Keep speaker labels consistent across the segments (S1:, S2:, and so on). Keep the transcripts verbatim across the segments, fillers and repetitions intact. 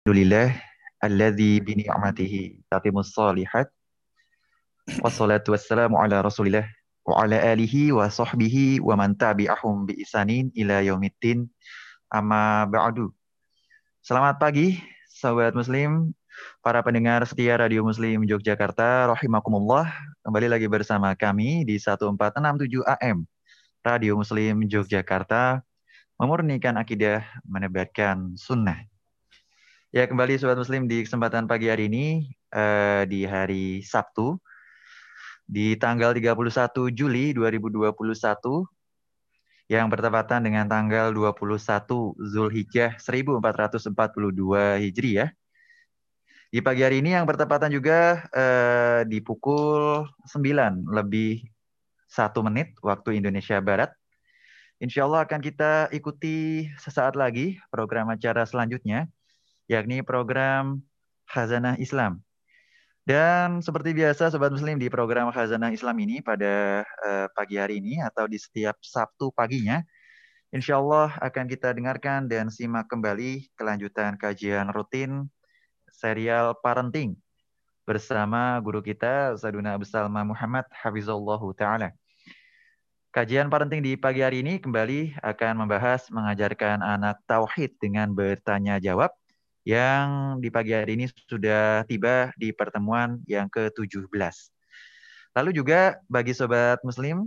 S1: Alhamdulillah alladzi bi ni'matihi tatimmus shalihat wassalatu wassalamu ala Rasulillah wa ala alihi wa sahbihi wa man tabi'ahum bi isanin ila yaumiddin amma ba'du. Selamat pagi sahabat muslim, para pendengar setia Radio Muslim Yogyakarta rahimakumullah. Kembali lagi bersama kami di seribu empat ratus enam puluh tujuh A M Radio Muslim Yogyakarta, memurnikan akidah, menebarkan sunnah. Ya, kembali Sobat Muslim di kesempatan pagi hari ini, eh, di hari Sabtu, di tanggal tiga puluh satu Juli dua ribu dua puluh satu, yang bertepatan dengan tanggal dua puluh satu Zulhijjah seribu empat ratus empat puluh dua Hijriah. Di pagi hari ini yang bertepatan juga eh, di pukul sembilan lebih satu menit waktu Indonesia Barat. Insya Allah akan kita ikuti sesaat lagi program acara selanjutnya, yakni program Khazanah Islam. Dan seperti biasa Sobat Muslim, di program Khazanah Islam ini pada uh, pagi hari ini atau di setiap Sabtu paginya, insya Allah akan kita dengarkan dan simak kembali kelanjutan kajian rutin serial Parenting bersama guru kita Ustadzuna Abu Salma Muhammad Hafizallahu Ta'ala. Kajian Parenting di pagi hari ini kembali akan membahas mengajarkan anak tauhid dengan bertanya jawab, yang di pagi hari ini sudah tiba di pertemuan yang ke tujuh belas. Lalu juga bagi Sobat Muslim,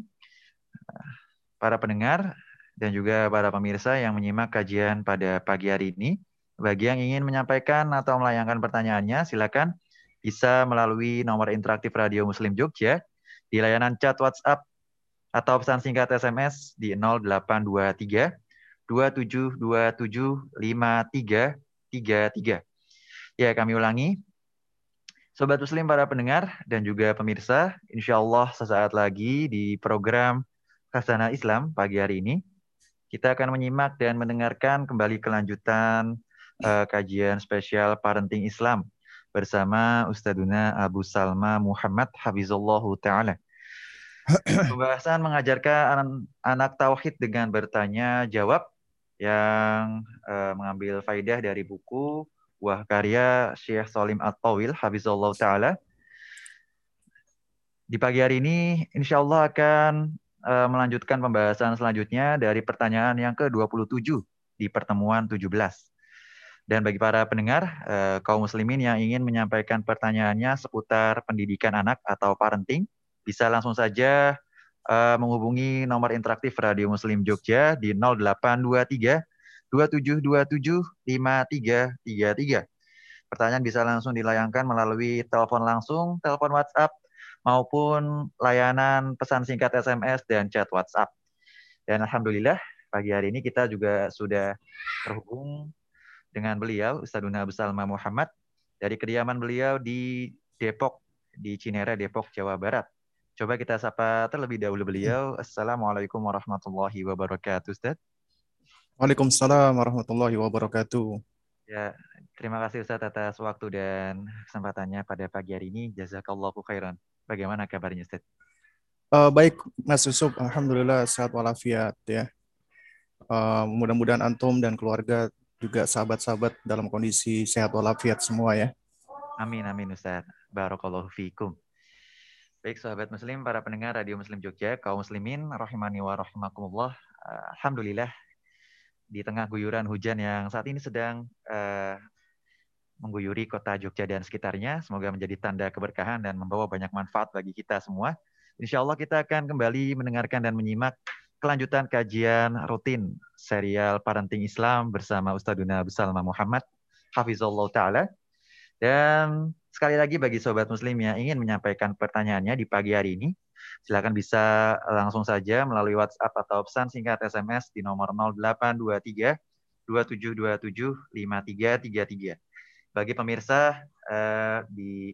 S1: para pendengar, dan juga para pemirsa yang menyimak kajian pada pagi hari ini, bagi yang ingin menyampaikan atau melayangkan pertanyaannya, silakan bisa melalui nomor interaktif Radio Muslim Jogja di layanan chat WhatsApp atau pesan singkat S M S di nol delapan dua tiga dua tujuh dua tujuh lima tiga tiga tiga. Ya, kami ulangi. Sobat Muslim, para pendengar, dan juga pemirsa, insya Allah sesaat lagi di program Khazanah Islam pagi hari ini, kita akan menyimak dan mendengarkan kembali kelanjutan uh, kajian spesial Parenting Islam bersama Ustadzuna Abu Salma Muhammad Hafizallahu Ta'ala. Pembahasan mengajarkan anak, anak tauhid dengan bertanya jawab, yang uh, mengambil faidah dari buku Wah karya Syekh Salim At-Tawil Hafizallahu Ta'ala. Di pagi hari ini insya Allah akan uh, melanjutkan pembahasan selanjutnya dari pertanyaan yang ke dua puluh tujuh di pertemuan tujuh belas. Dan bagi para pendengar, uh, kaum muslimin yang ingin menyampaikan pertanyaannya seputar pendidikan anak atau parenting, bisa langsung saja uh, menghubungi nomor interaktif Radio Muslim Jogja di nol delapan dua tiga dua tujuh dua tujuh lima tiga tiga tiga. Pertanyaan bisa langsung dilayangkan melalui telepon langsung, telepon WhatsApp, maupun layanan pesan singkat S M S dan chat WhatsApp. Dan Alhamdulillah, pagi hari ini kita juga sudah terhubung dengan beliau, Ustadzuna Abu Salma Muhammad, dari kediaman beliau di Depok, di Cinere, Depok, Jawa Barat. Coba kita sapa terlebih dahulu beliau. Assalamualaikum warahmatullahi wabarakatuh, Ustadz.
S2: Waalaikumsalam warahmatullahi wabarakatuh.
S1: Ya, terima kasih Ustadz atas waktu dan kesempatannya pada pagi hari ini. Jazakallahu khairan. Bagaimana kabarnya, Ustadz?
S2: Uh, baik, Mas Yusuf. Alhamdulillah sehat walafiat ya. Uh, mudah-mudahan antum dan keluarga juga sahabat-sahabat dalam kondisi sehat walafiat semua ya.
S1: Amin, amin Ustadz. Barakallahu fiikum. Baik sahabat muslim, para pendengar Radio Muslim Jogja, kaum muslimin, rahimani wa rahimakumullah. Alhamdulillah, di tengah guyuran hujan yang saat ini sedang uh, mengguyuri kota Jogja dan sekitarnya, semoga menjadi tanda keberkahan dan membawa banyak manfaat bagi kita semua. Insya Allah kita akan kembali mendengarkan dan menyimak kelanjutan kajian rutin serial Parenting Islam bersama Ustadzuna Abu Salma Muhammad Hafizallahu Ta'ala. Dan sekali lagi bagi sobat muslim yang ingin menyampaikan pertanyaannya di pagi hari ini, silakan bisa langsung saja melalui WhatsApp atau pesan singkat S M S di nomor nol delapan dua tiga dua tujuh dua tujuh lima tiga tiga tiga. Bagi pemirsa eh, di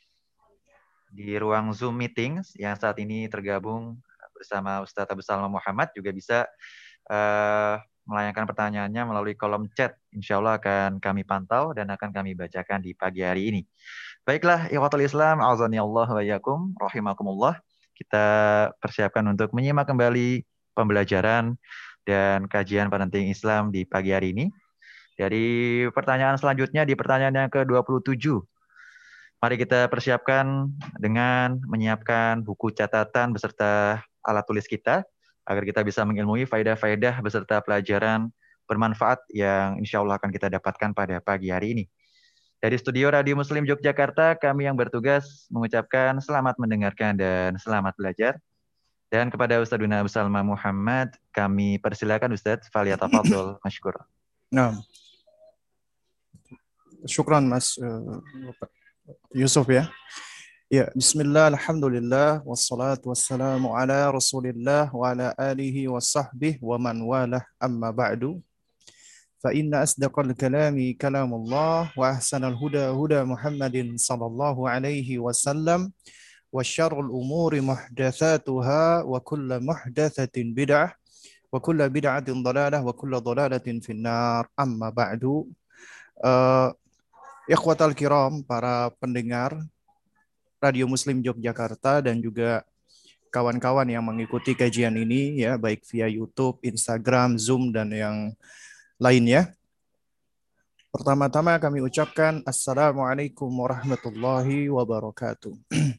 S1: di ruang Zoom meeting yang saat ini tergabung bersama Ustadz Abu Salma Muhammad, juga bisa uh, melayangkan pertanyaannya melalui kolom chat. Insya Allah akan kami pantau dan akan kami bacakan di pagi hari ini. Baiklah, ikhwatul Islam, a'azani Allah wa iyyakum, rahimakumullah. Kita persiapkan untuk menyimak kembali pembelajaran dan kajian parenting Islam di pagi hari ini. Jadi pertanyaan selanjutnya di pertanyaan yang ke dua puluh tujuh. Mari kita persiapkan dengan menyiapkan buku catatan beserta alat tulis kita agar kita bisa mengilmui faedah-faedah beserta pelajaran bermanfaat yang insya Allah akan kita dapatkan pada pagi hari ini. Dari studio Radio Muslim Yogyakarta, kami yang bertugas mengucapkan selamat mendengarkan dan selamat belajar. Dan kepada Ustadzuna Abu Salma Muhammad, kami persilakan Ustadz, faliyatafadhol masykur.
S2: Nah, syukran Mas uh, Yusuf ya. Ya, bismillah, alhamdulillah, wassalatu wassalamu ala rasulillah wa ala alihi wa sahbihi wa man walah amma ba'du. Fa inna asdaqal kalami kalamullah wa ahsanal huda huda Muhammadin sallallahu alaihi wasallam wa syarrul umuri muhdatsatuha wa kullu muhdatsatin bid'ah wa kullu bid'atin dhalalah wa kullu dhalalatin finnar amma ba'du. Uh, ikhwatal kiram, para pendengar Radio Muslim Yogyakarta dan juga kawan-kawan yang mengikuti kajian ini ya, baik via YouTube, Instagram, Zoom dan yang lainnya. Pertama-tama kami ucapkan Assalamualaikum warahmatullahi wabarakatuh.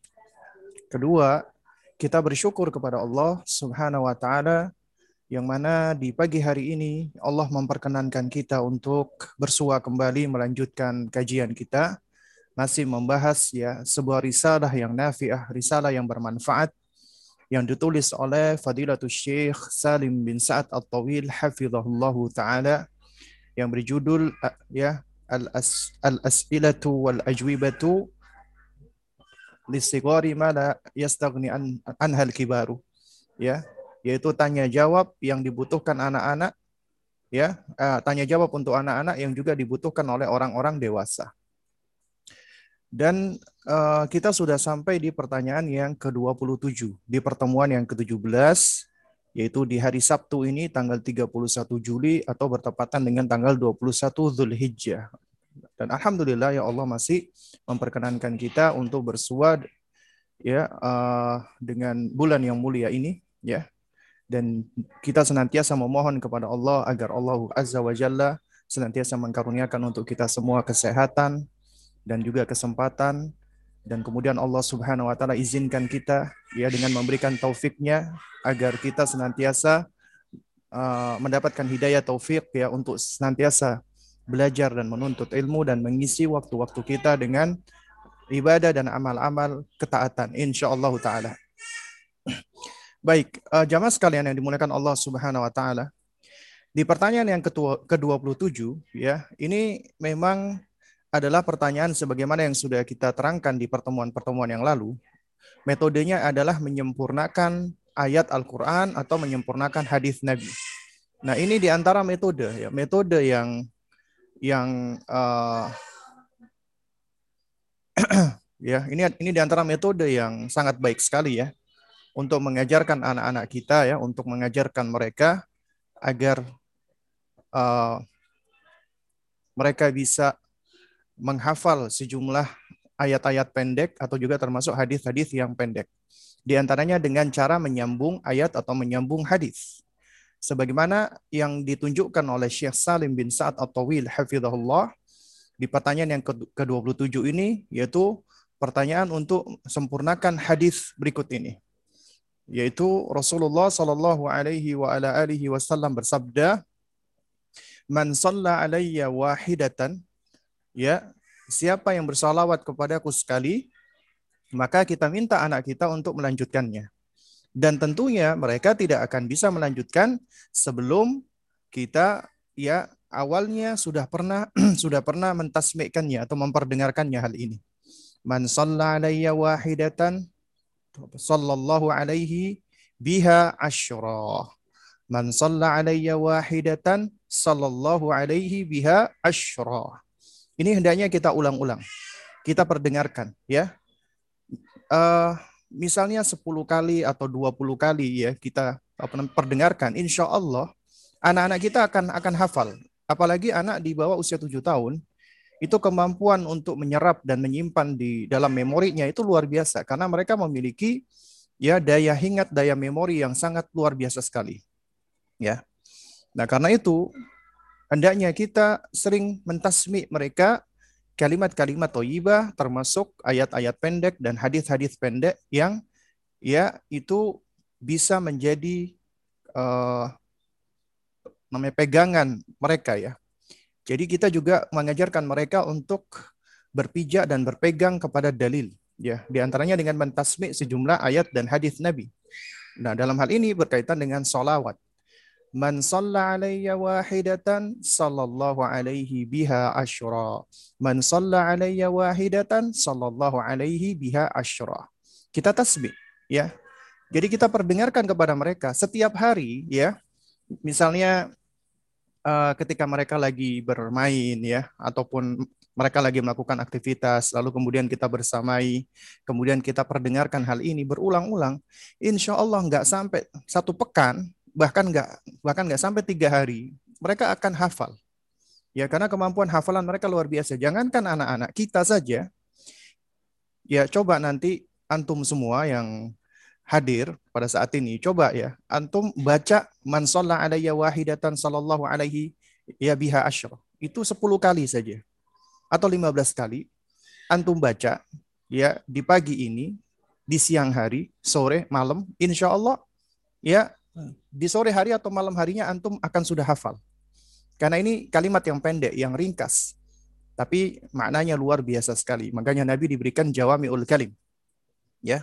S2: Kedua, kita bersyukur kepada Allah Subhanahu wa taala yang mana di pagi hari ini Allah memperkenankan kita untuk bersua kembali melanjutkan kajian kita, masih membahas ya sebuah risalah yang nafi'ah, risalah yang bermanfaat yang ditulis oleh Fadilatul Syekh Salim bin Sa'ad At-Tawil hafizahullahu taala yang berjudul ya Al-As Al-As'ilatu wal Ajwibatu Lisigari ma la yastaghni an anhal kibaru, ya, yaitu tanya jawab yang dibutuhkan anak-anak, ya, uh, tanya jawab untuk anak-anak yang juga dibutuhkan oleh orang-orang dewasa. Dan uh, kita sudah sampai di pertanyaan yang ke dua puluh tujuh, di pertemuan yang ke tujuh belas, yaitu di hari Sabtu ini tanggal tiga puluh satu Juli atau bertepatan dengan tanggal dua puluh satu Dzulhijjah. Dan alhamdulillah ya Allah masih memperkenankan kita untuk bersua ya uh, dengan bulan yang mulia ini ya. Dan kita senantiasa memohon kepada Allah agar Allah Azza wa Jalla senantiasa mengkaruniakan untuk kita semua kesehatan dan juga kesempatan, dan kemudian Allah Subhanahu wa taala izinkan kita ya dengan memberikan taufiknya agar kita senantiasa uh, mendapatkan hidayah taufik ya untuk senantiasa belajar dan menuntut ilmu dan mengisi waktu-waktu kita dengan ibadah dan amal-amal ketaatan insyaallah taala. Baik, uh, jamaah sekalian yang dimuliakan Allah Subhanahu wa taala. Di pertanyaan yang ke dua puluh tujuh ya, ini memang adalah pertanyaan sebagaimana yang sudah kita terangkan di pertemuan-pertemuan yang lalu. Metodenya adalah menyempurnakan ayat Al-Quran atau menyempurnakan hadis Nabi. Nah, ini di antara metode ya, metode yang yang uh, ya, ini ini di antara metode yang sangat baik sekali ya untuk mengajarkan anak-anak kita ya, untuk mengajarkan mereka agar uh, mereka bisa menghafal sejumlah ayat-ayat pendek atau juga termasuk hadis-hadis yang pendek. Di antaranya dengan cara menyambung ayat atau menyambung hadis. Sebagaimana yang ditunjukkan oleh Syekh Salim bin Sa'ad At-Tawil hafizahullah di pertanyaan yang ke dua puluh tujuh ini, yaitu pertanyaan untuk sempurnakan hadis berikut ini. Yaitu Rasulullah sallallahu alaihi wa ala alihi wasallam bersabda, "Man shalla alayya wahidatan," ya, siapa yang bersalawat kepadaku sekali, maka kita minta anak kita untuk melanjutkannya. Dan tentunya mereka tidak akan bisa melanjutkan sebelum kita ya awalnya sudah pernah sudah pernah mentasmi'kannya atau memperdengarkannya hal ini. Man shalla alayya wahidatan sallallahu alaihi biha asyra. Man shalla alayya wahidatan sallallahu alaihi biha asyra. Ini hendaknya kita ulang-ulang, kita perdengarkan ya. Uh, misalnya sepuluh kali atau dua puluh kali ya kita perdengarkan, insya Allah anak-anak kita akan akan hafal. Apalagi anak di bawah usia tujuh tahun, itu kemampuan untuk menyerap dan menyimpan di dalam memorinya itu luar biasa. Karena mereka memiliki ya daya ingat, daya memori yang sangat luar biasa sekali. Ya. Nah karena itu, hendaknya kita sering mentasmi mereka kalimat-kalimat thayyibah, termasuk ayat-ayat pendek dan hadis-hadis pendek yang ya itu bisa menjadi uh, namanya pegangan mereka ya. Jadi kita juga mengajarkan mereka untuk berpijak dan berpegang kepada dalil ya, di antaranya dengan mentasmi sejumlah ayat dan hadis Nabi. Nah, dalam hal ini berkaitan dengan salawat. Man shalla alayya wahidatan sallallahu alaihi biha asyra. Man shalla alayya wahidatan sallallahu alaihi biha asyra. Kita tasbih ya. Jadi kita perdengarkan kepada mereka setiap hari ya. Misalnya uh, ketika mereka lagi bermain ya, ataupun mereka lagi melakukan aktivitas, lalu kemudian kita bersamai, kemudian kita perdengarkan hal ini berulang-ulang, insya Allah nggak sampai satu pekan, bahkan nggak bahkan nggak sampai tiga hari, mereka akan hafal. Ya, karena kemampuan hafalan mereka luar biasa. Jangankan anak-anak, kita saja, ya coba nanti antum semua yang hadir pada saat ini, coba ya, antum baca man shalla alayya wahidatan sallallahu alaihi ya biha asyra. Itu sepuluh kali saja atau lima belas kali antum baca ya di pagi ini, di siang hari, sore, malam, insya Allah ya di sore hari atau malam harinya antum akan sudah hafal. Karena ini kalimat yang pendek, yang ringkas, tapi maknanya luar biasa sekali. Makanya Nabi diberikan jawami'ul kalim. Ya.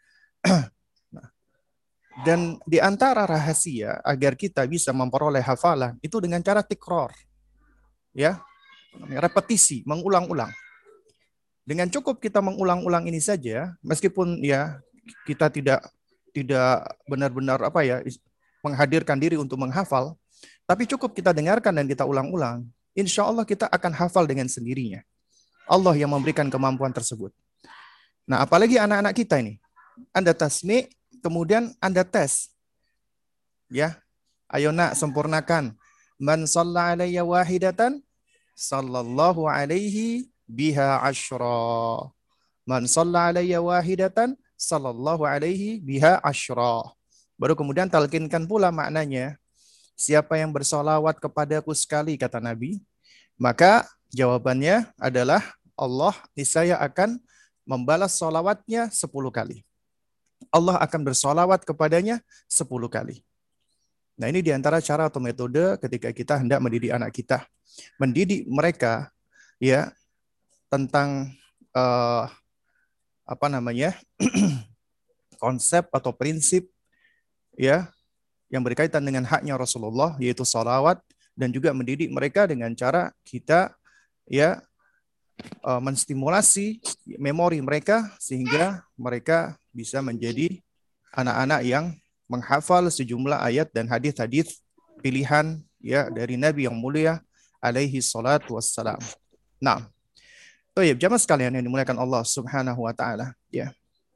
S2: Dan di antara rahasia agar kita bisa memperoleh hafalan itu dengan cara tikror. Ya. Repetisi, mengulang-ulang. Dengan cukup kita mengulang-ulang ini saja, meskipun ya kita tidak tidak benar-benar apa ya menghadirkan diri untuk menghafal, tapi cukup kita dengarkan dan kita ulang-ulang, insya Allah kita akan hafal dengan sendirinya. Allah yang memberikan kemampuan tersebut. Nah, apalagi anak-anak kita ini. Anda tasmi, kemudian Anda tes. Ya. Ayo nak, sempurnakan. Man shalla alayya wahidatan sallallahu alaihi biha asyra. Man shalla alayya wahidatan sallallahu alaihi biha asyra. Baru kemudian talkinkan pula maknanya. Siapa yang bersolawat kepadaku sekali, kata Nabi, maka jawabannya adalah Allah niscaya akan membalas solawatnya sepuluh kali. Allah akan bersolawat kepadanya sepuluh kali. Nah, ini diantara cara atau metode ketika kita hendak mendidik anak kita. Mendidik mereka ya tentang uh, apa namanya konsep atau prinsip ya yang berkaitan dengan haknya Rasulullah, yaitu salawat, dan juga mendidik mereka dengan cara kita ya uh, menstimulasi memori mereka sehingga mereka bisa menjadi anak-anak yang menghafal sejumlah ayat dan hadis-hadis pilihan ya dari Nabi yang mulia alaihi salatu wassalam. Nah, baik, jamaah sekalian yang dimuliakan Allah Subhanahu wa taala, ya.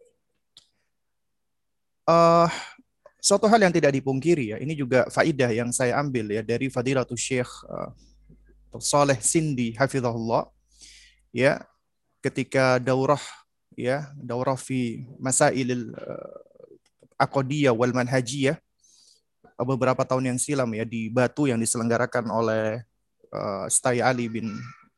S2: Uh, suatu hal yang tidak dipungkiri ya, ini juga faidah yang saya ambil ya dari Fadilatul Syekh uh, Saleh Sindi hafizahullah ya, ketika daurah ya, daurah fi masailil uh, aqdiyah wal manhajiyah beberapa tahun yang silam ya di Batu yang diselenggarakan oleh uh, Stai Ali bin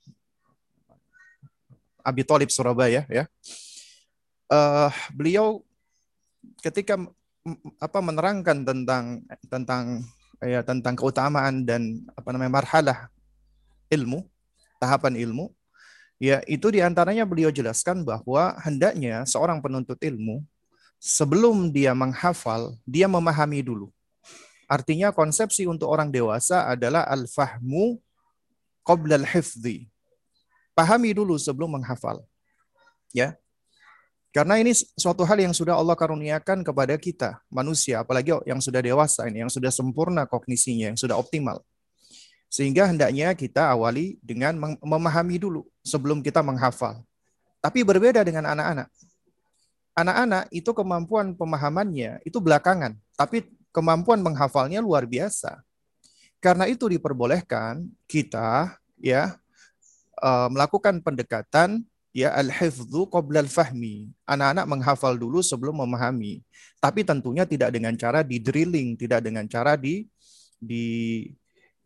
S2: Abi Thalib Surabaya ya. Uh, beliau ketika apa menerangkan tentang tentang ya tentang keutamaan dan apa namanya marhalah ilmu, tahapan ilmu, ya itu diantaranya beliau jelaskan bahwa hendaknya seorang penuntut ilmu sebelum dia menghafal, dia memahami dulu. Artinya konsepsi untuk orang dewasa adalah al-fahmu qabla al-hifdhi. Pahami dulu sebelum menghafal. Ya. Karena ini suatu hal yang sudah Allah karuniakan kepada kita, manusia, apalagi yang sudah dewasa ini, yang sudah sempurna kognisinya, yang sudah optimal. Sehingga hendaknya kita awali dengan memahami dulu sebelum kita menghafal. Tapi berbeda dengan anak-anak. Anak-anak itu kemampuan pemahamannya itu belakangan, tapi kemampuan menghafalnya luar biasa. Karena itu diperbolehkan kita ya melakukan pendekatan ya al-hifdzu qabla al-fahmi. Anak-anak menghafal dulu sebelum memahami. Tapi tentunya tidak dengan cara di drilling, tidak dengan cara di di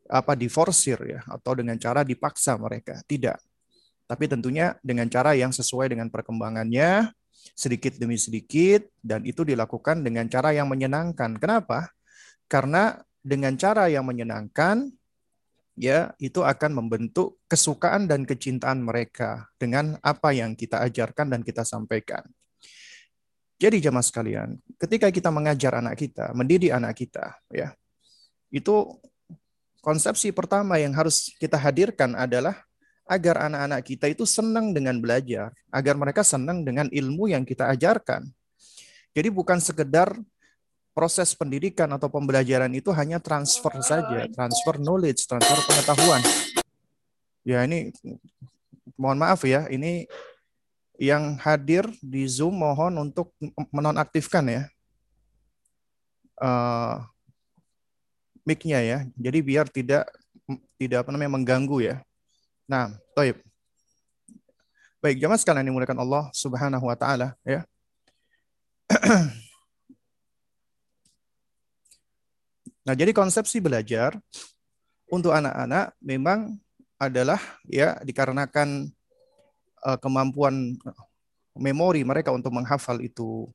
S2: apa diforsir ya, atau dengan cara dipaksa mereka. Tidak. Tapi tentunya dengan cara yang sesuai dengan perkembangannya, sedikit demi sedikit, dan itu dilakukan dengan cara yang menyenangkan. Kenapa? Karena dengan cara yang menyenangkan, ya itu akan membentuk kesukaan dan kecintaan mereka dengan apa yang kita ajarkan dan kita sampaikan. Jadi jemaah sekalian, ketika kita mengajar anak kita, mendidik anak kita, ya itu konsepsi pertama yang harus kita hadirkan adalah agar anak-anak kita itu senang dengan belajar, agar mereka senang dengan ilmu yang kita ajarkan. Jadi bukan sekedar proses pendidikan atau pembelajaran itu hanya transfer saja, transfer knowledge, transfer pengetahuan. Ya ini mohon maaf ya, ini yang hadir di Zoom mohon untuk menonaktifkan ya uh, mic-nya ya. Jadi biar tidak tidak apa namanya mengganggu ya. Nah, baik. Baik, jamaah sekalian yang dimuliakan Allah Subhanahu wa taala ya. Nah, jadi konsepsi belajar untuk anak-anak memang adalah ya dikarenakan uh, kemampuan memori mereka untuk menghafal itu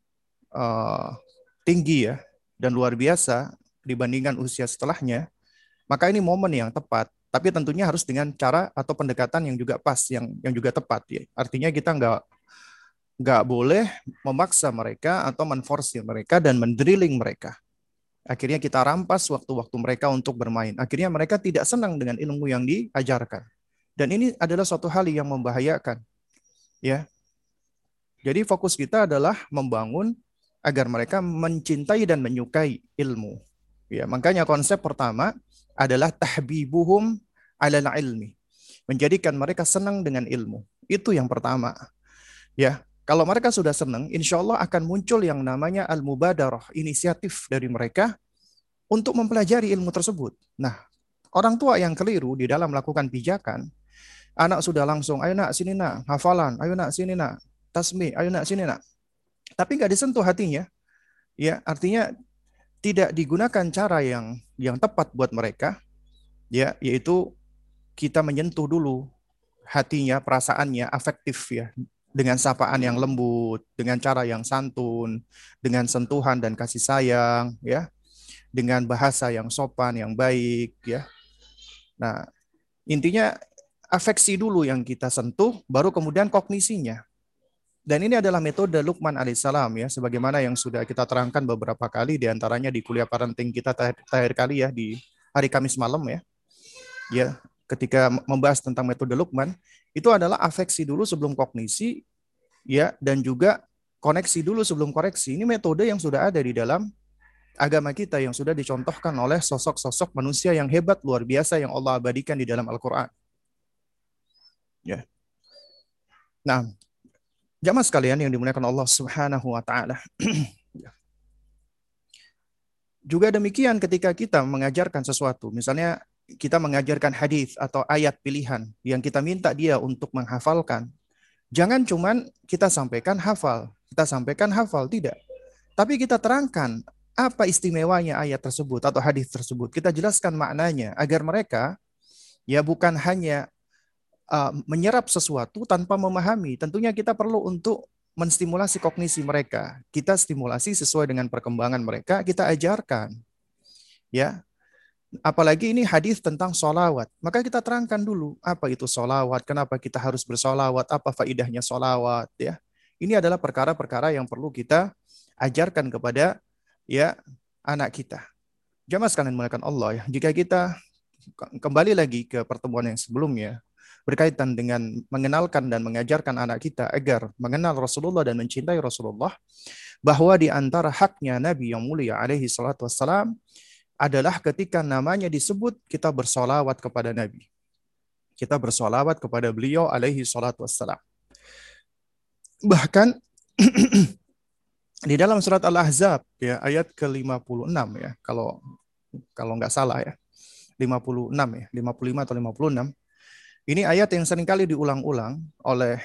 S2: uh, tinggi ya dan luar biasa dibandingkan usia setelahnya, maka ini momen yang tepat. Tapi tentunya harus dengan cara atau pendekatan yang juga pas, yang yang juga tepat ya. Artinya kita nggak nggak boleh memaksa mereka atau menforsir mereka dan mendrilling mereka. Akhirnya kita rampas waktu-waktu mereka untuk bermain. Akhirnya mereka tidak senang dengan ilmu yang diajarkan. Dan ini adalah suatu hal yang membahayakan. Ya. Jadi fokus kita adalah membangun agar mereka mencintai dan menyukai ilmu. Ya, makanya konsep pertama adalah tahbibuhum alal ilmi. Menjadikan mereka senang dengan ilmu. Itu yang pertama. Ya, kalau mereka sudah senang, insya Allah akan muncul yang namanya al-mubadarah, inisiatif dari mereka untuk mempelajari ilmu tersebut. Nah, orang tua yang keliru di dalam melakukan pijakan, anak sudah langsung, ayo nak sini nak, hafalan, ayo nak sini nak, tasbih, ayo nak sini nak. Tapi nggak disentuh hatinya, ya artinya tidak digunakan cara yang yang tepat buat mereka, ya yaitu kita menyentuh dulu hatinya, perasaannya, afektif ya, dengan sapaan yang lembut, dengan cara yang santun, dengan sentuhan dan kasih sayang, ya, dengan bahasa yang sopan, yang baik, ya. Nah, intinya afeksi dulu yang kita sentuh, baru kemudian kognisinya. Dan ini adalah metode Luqman alaihissalam ya, sebagaimana yang sudah kita terangkan beberapa kali, diantaranya di kuliah parenting kita terakhir kali ya di hari Kamis malam ya. Ya, ketika membahas tentang metode Luqman, itu adalah afeksi dulu sebelum kognisi, ya, dan juga koneksi dulu sebelum koreksi. Ini metode yang sudah ada di dalam agama kita, yang sudah dicontohkan oleh sosok-sosok manusia yang hebat, luar biasa, yang Allah abadikan di dalam Al-Quran. Ya. Nah, jamaah sekalian yang dimuliakan Allah Subhanahu wa taala. Juga demikian ketika kita mengajarkan sesuatu, misalnya kita mengajarkan hadis atau ayat pilihan yang kita minta dia untuk menghafalkan, jangan cuman kita sampaikan hafal, kita sampaikan hafal, tidak. Tapi kita terangkan apa istimewanya ayat tersebut atau hadis tersebut. Kita jelaskan maknanya agar mereka ya bukan hanya uh, menyerap sesuatu tanpa memahami. Tentunya kita perlu untuk menstimulasi kognisi mereka. Kita stimulasi sesuai dengan perkembangan mereka, kita ajarkan. Ya, apalagi ini hadis tentang sholawat. Maka kita terangkan dulu apa itu sholawat, kenapa kita harus bersolawat, apa faidahnya sholawat. Ya, ini adalah perkara-perkara yang perlu kita ajarkan kepada ya anak kita. Jamaah sekalian dimuliakan Allah ya. Jika kita kembali lagi ke pertemuan yang sebelumnya berkaitan dengan mengenalkan dan mengajarkan anak kita agar mengenal Rasulullah dan mencintai Rasulullah, bahwa di antara haknya Nabi yang mulia alaihi salatu wassalam adalah ketika namanya disebut kita bersolawat kepada Nabi. Kita bersolawat kepada beliau alaihi salatu wassalam. Bahkan di dalam surat Al-Ahzab ya ayat ke lima puluh enam ya, kalau kalau nggak salah ya, lima puluh enam ya, lima puluh lima atau lima puluh enam. Ini ayat yang seringkali diulang-ulang oleh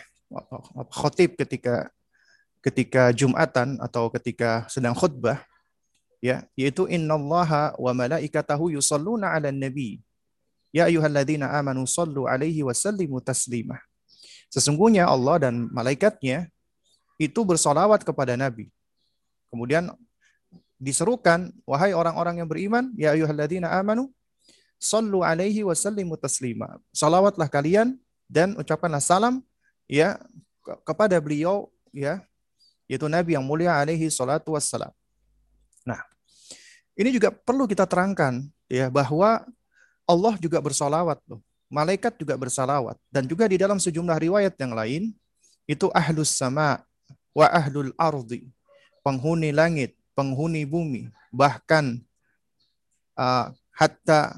S2: khotib ketika ketika Jumatan atau ketika sedang khutbah. ya, yaitu innallaha wa malaikatahu yusalluna 'alan nabi. Ya ayyuhalladzina amanu sallu 'alaihi wa sallimu taslima. Sesungguhnya Allah dan malaikatnya itu bersolawat kepada Nabi. Kemudian diserukan, wahai orang-orang yang beriman, ya ayyuhalladzina amanu sallu 'alaihi wa sallimu taslima. Salawatlah kalian dan ucapkanlah salam ya kepada beliau ya, yaitu Nabi yang mulia alaihi salatu wassalam. Nah, ini juga perlu kita terangkan ya bahwa Allah juga bersolawat loh. Malaikat juga bersalawat. Dan juga di dalam sejumlah riwayat yang lain, itu ahlus sama wa ahlul ardi. Penghuni langit, penghuni bumi. Bahkan uh, hatta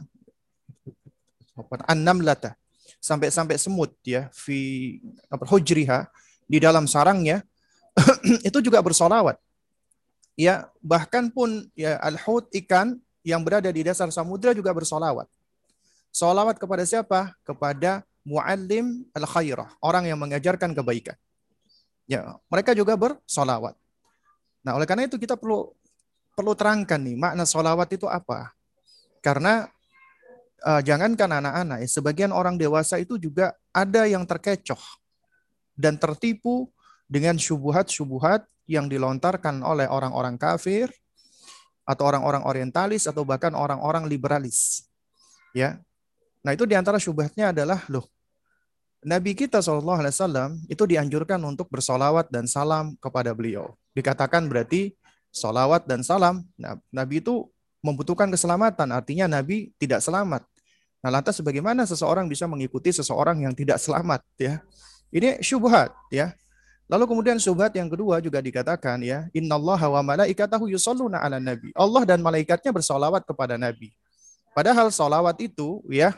S2: an-namlata. Sampai-sampai semut ya. Fi hujriha. Di dalam sarangnya. Itu juga bersolawat. Ya, bahkan pun ya al-hut ikan yang berada di dasar samudra juga bersolawat. Solawat kepada siapa? Kepada muallim al-khairah, orang yang mengajarkan kebaikan. Ya, mereka juga bersolawat. Nah, oleh karena itu kita perlu perlu terangkan nih makna solawat itu apa? Karena uh, jangankan anak-anak, ya, sebagian orang dewasa itu juga ada yang terkecoh dan tertipu dengan syubuhat-syubuhat yang dilontarkan oleh orang-orang kafir atau orang-orang orientalis atau bahkan orang-orang liberalis. Ya. Nah, itu diantara syubhatnya adalah, loh, Nabi kita shallallahu alaihi wasallam itu dianjurkan untuk bersolawat dan salam kepada beliau. Dikatakan berarti solawat dan salam, nah, Nabi itu membutuhkan keselamatan, artinya Nabi tidak selamat. Nah, lantas bagaimana seseorang bisa mengikuti seseorang yang tidak selamat? Ya, ini syubhat. Ya. Lalu kemudian syubhat yang kedua juga dikatakan ya, innallaha wa malaikatahu yusholluna 'alan nabi. Allah dan malaikatnya bersolawat kepada Nabi. Padahal solawat itu ya,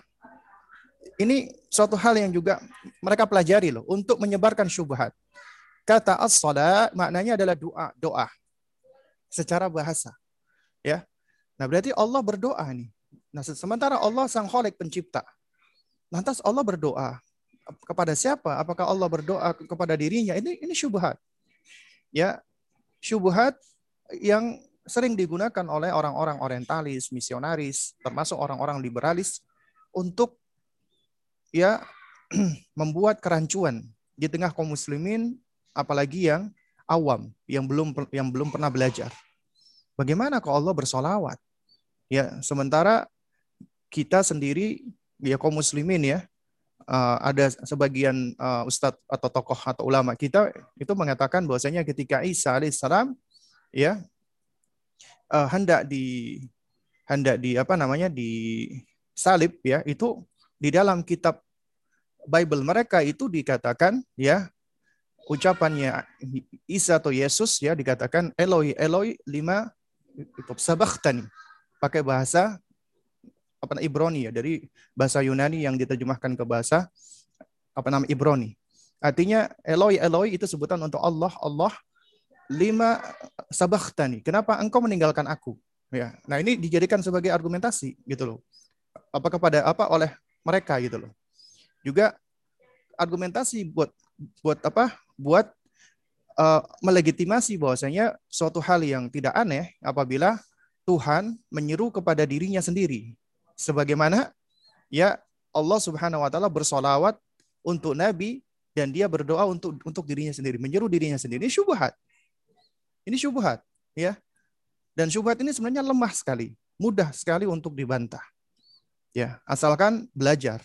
S2: ini suatu hal yang juga mereka pelajari loh untuk menyebarkan syubhat. Kata as-salat maknanya adalah doa, doa secara bahasa. Ya. Nah, berarti Allah berdoa nih. Nah, sementara Allah sang Khalik pencipta. Lantas Allah berdoa kepada siapa? Apakah Allah berdoa kepada dirinya? Ini ini syubhat. Ya, syubhat yang sering digunakan oleh orang-orang orientalis, misionaris, termasuk orang-orang liberalis untuk ya membuat kerancuan di tengah kaum muslimin, apalagi yang awam, yang belum yang belum pernah belajar. Bagaimana kalau Allah bersolawat? Ya, sementara kita sendiri ya kaum muslimin ya, uh, ada sebagian uh, ustadz atau tokoh atau ulama kita itu mengatakan bahwasanya ketika Isa alaihissalam ya uh, hendak di hendak di apa namanya di salib ya, itu di dalam kitab Bible mereka itu dikatakan ya, ucapannya Isa atau Yesus ya dikatakan Eloi Eloi lima sabakhtani, pakai bahasa apa Ibrani ya, dari bahasa Yunani yang diterjemahkan ke bahasa apa nama Ibrani. Artinya Eloi Eloi itu sebutan untuk Allah, Allah lima sabakhtani. Kenapa engkau meninggalkan aku? Ya. Nah, ini dijadikan sebagai argumentasi gitu loh. Apa kepada apa oleh mereka gitu loh. Juga argumentasi buat buat apa? Buat uh, melegitimasi bahwasanya suatu hal yang tidak aneh apabila Tuhan menyeru kepada dirinya sendiri. Sebagaimana ya Allah Subhanahu wa taala bersolawat untuk Nabi dan dia berdoa untuk untuk dirinya sendiri, menyeru dirinya sendiri. Ini syubhat. Ini syubhat, ya. Dan syubhat ini sebenarnya lemah sekali, mudah sekali untuk dibantah. Ya, asalkan belajar.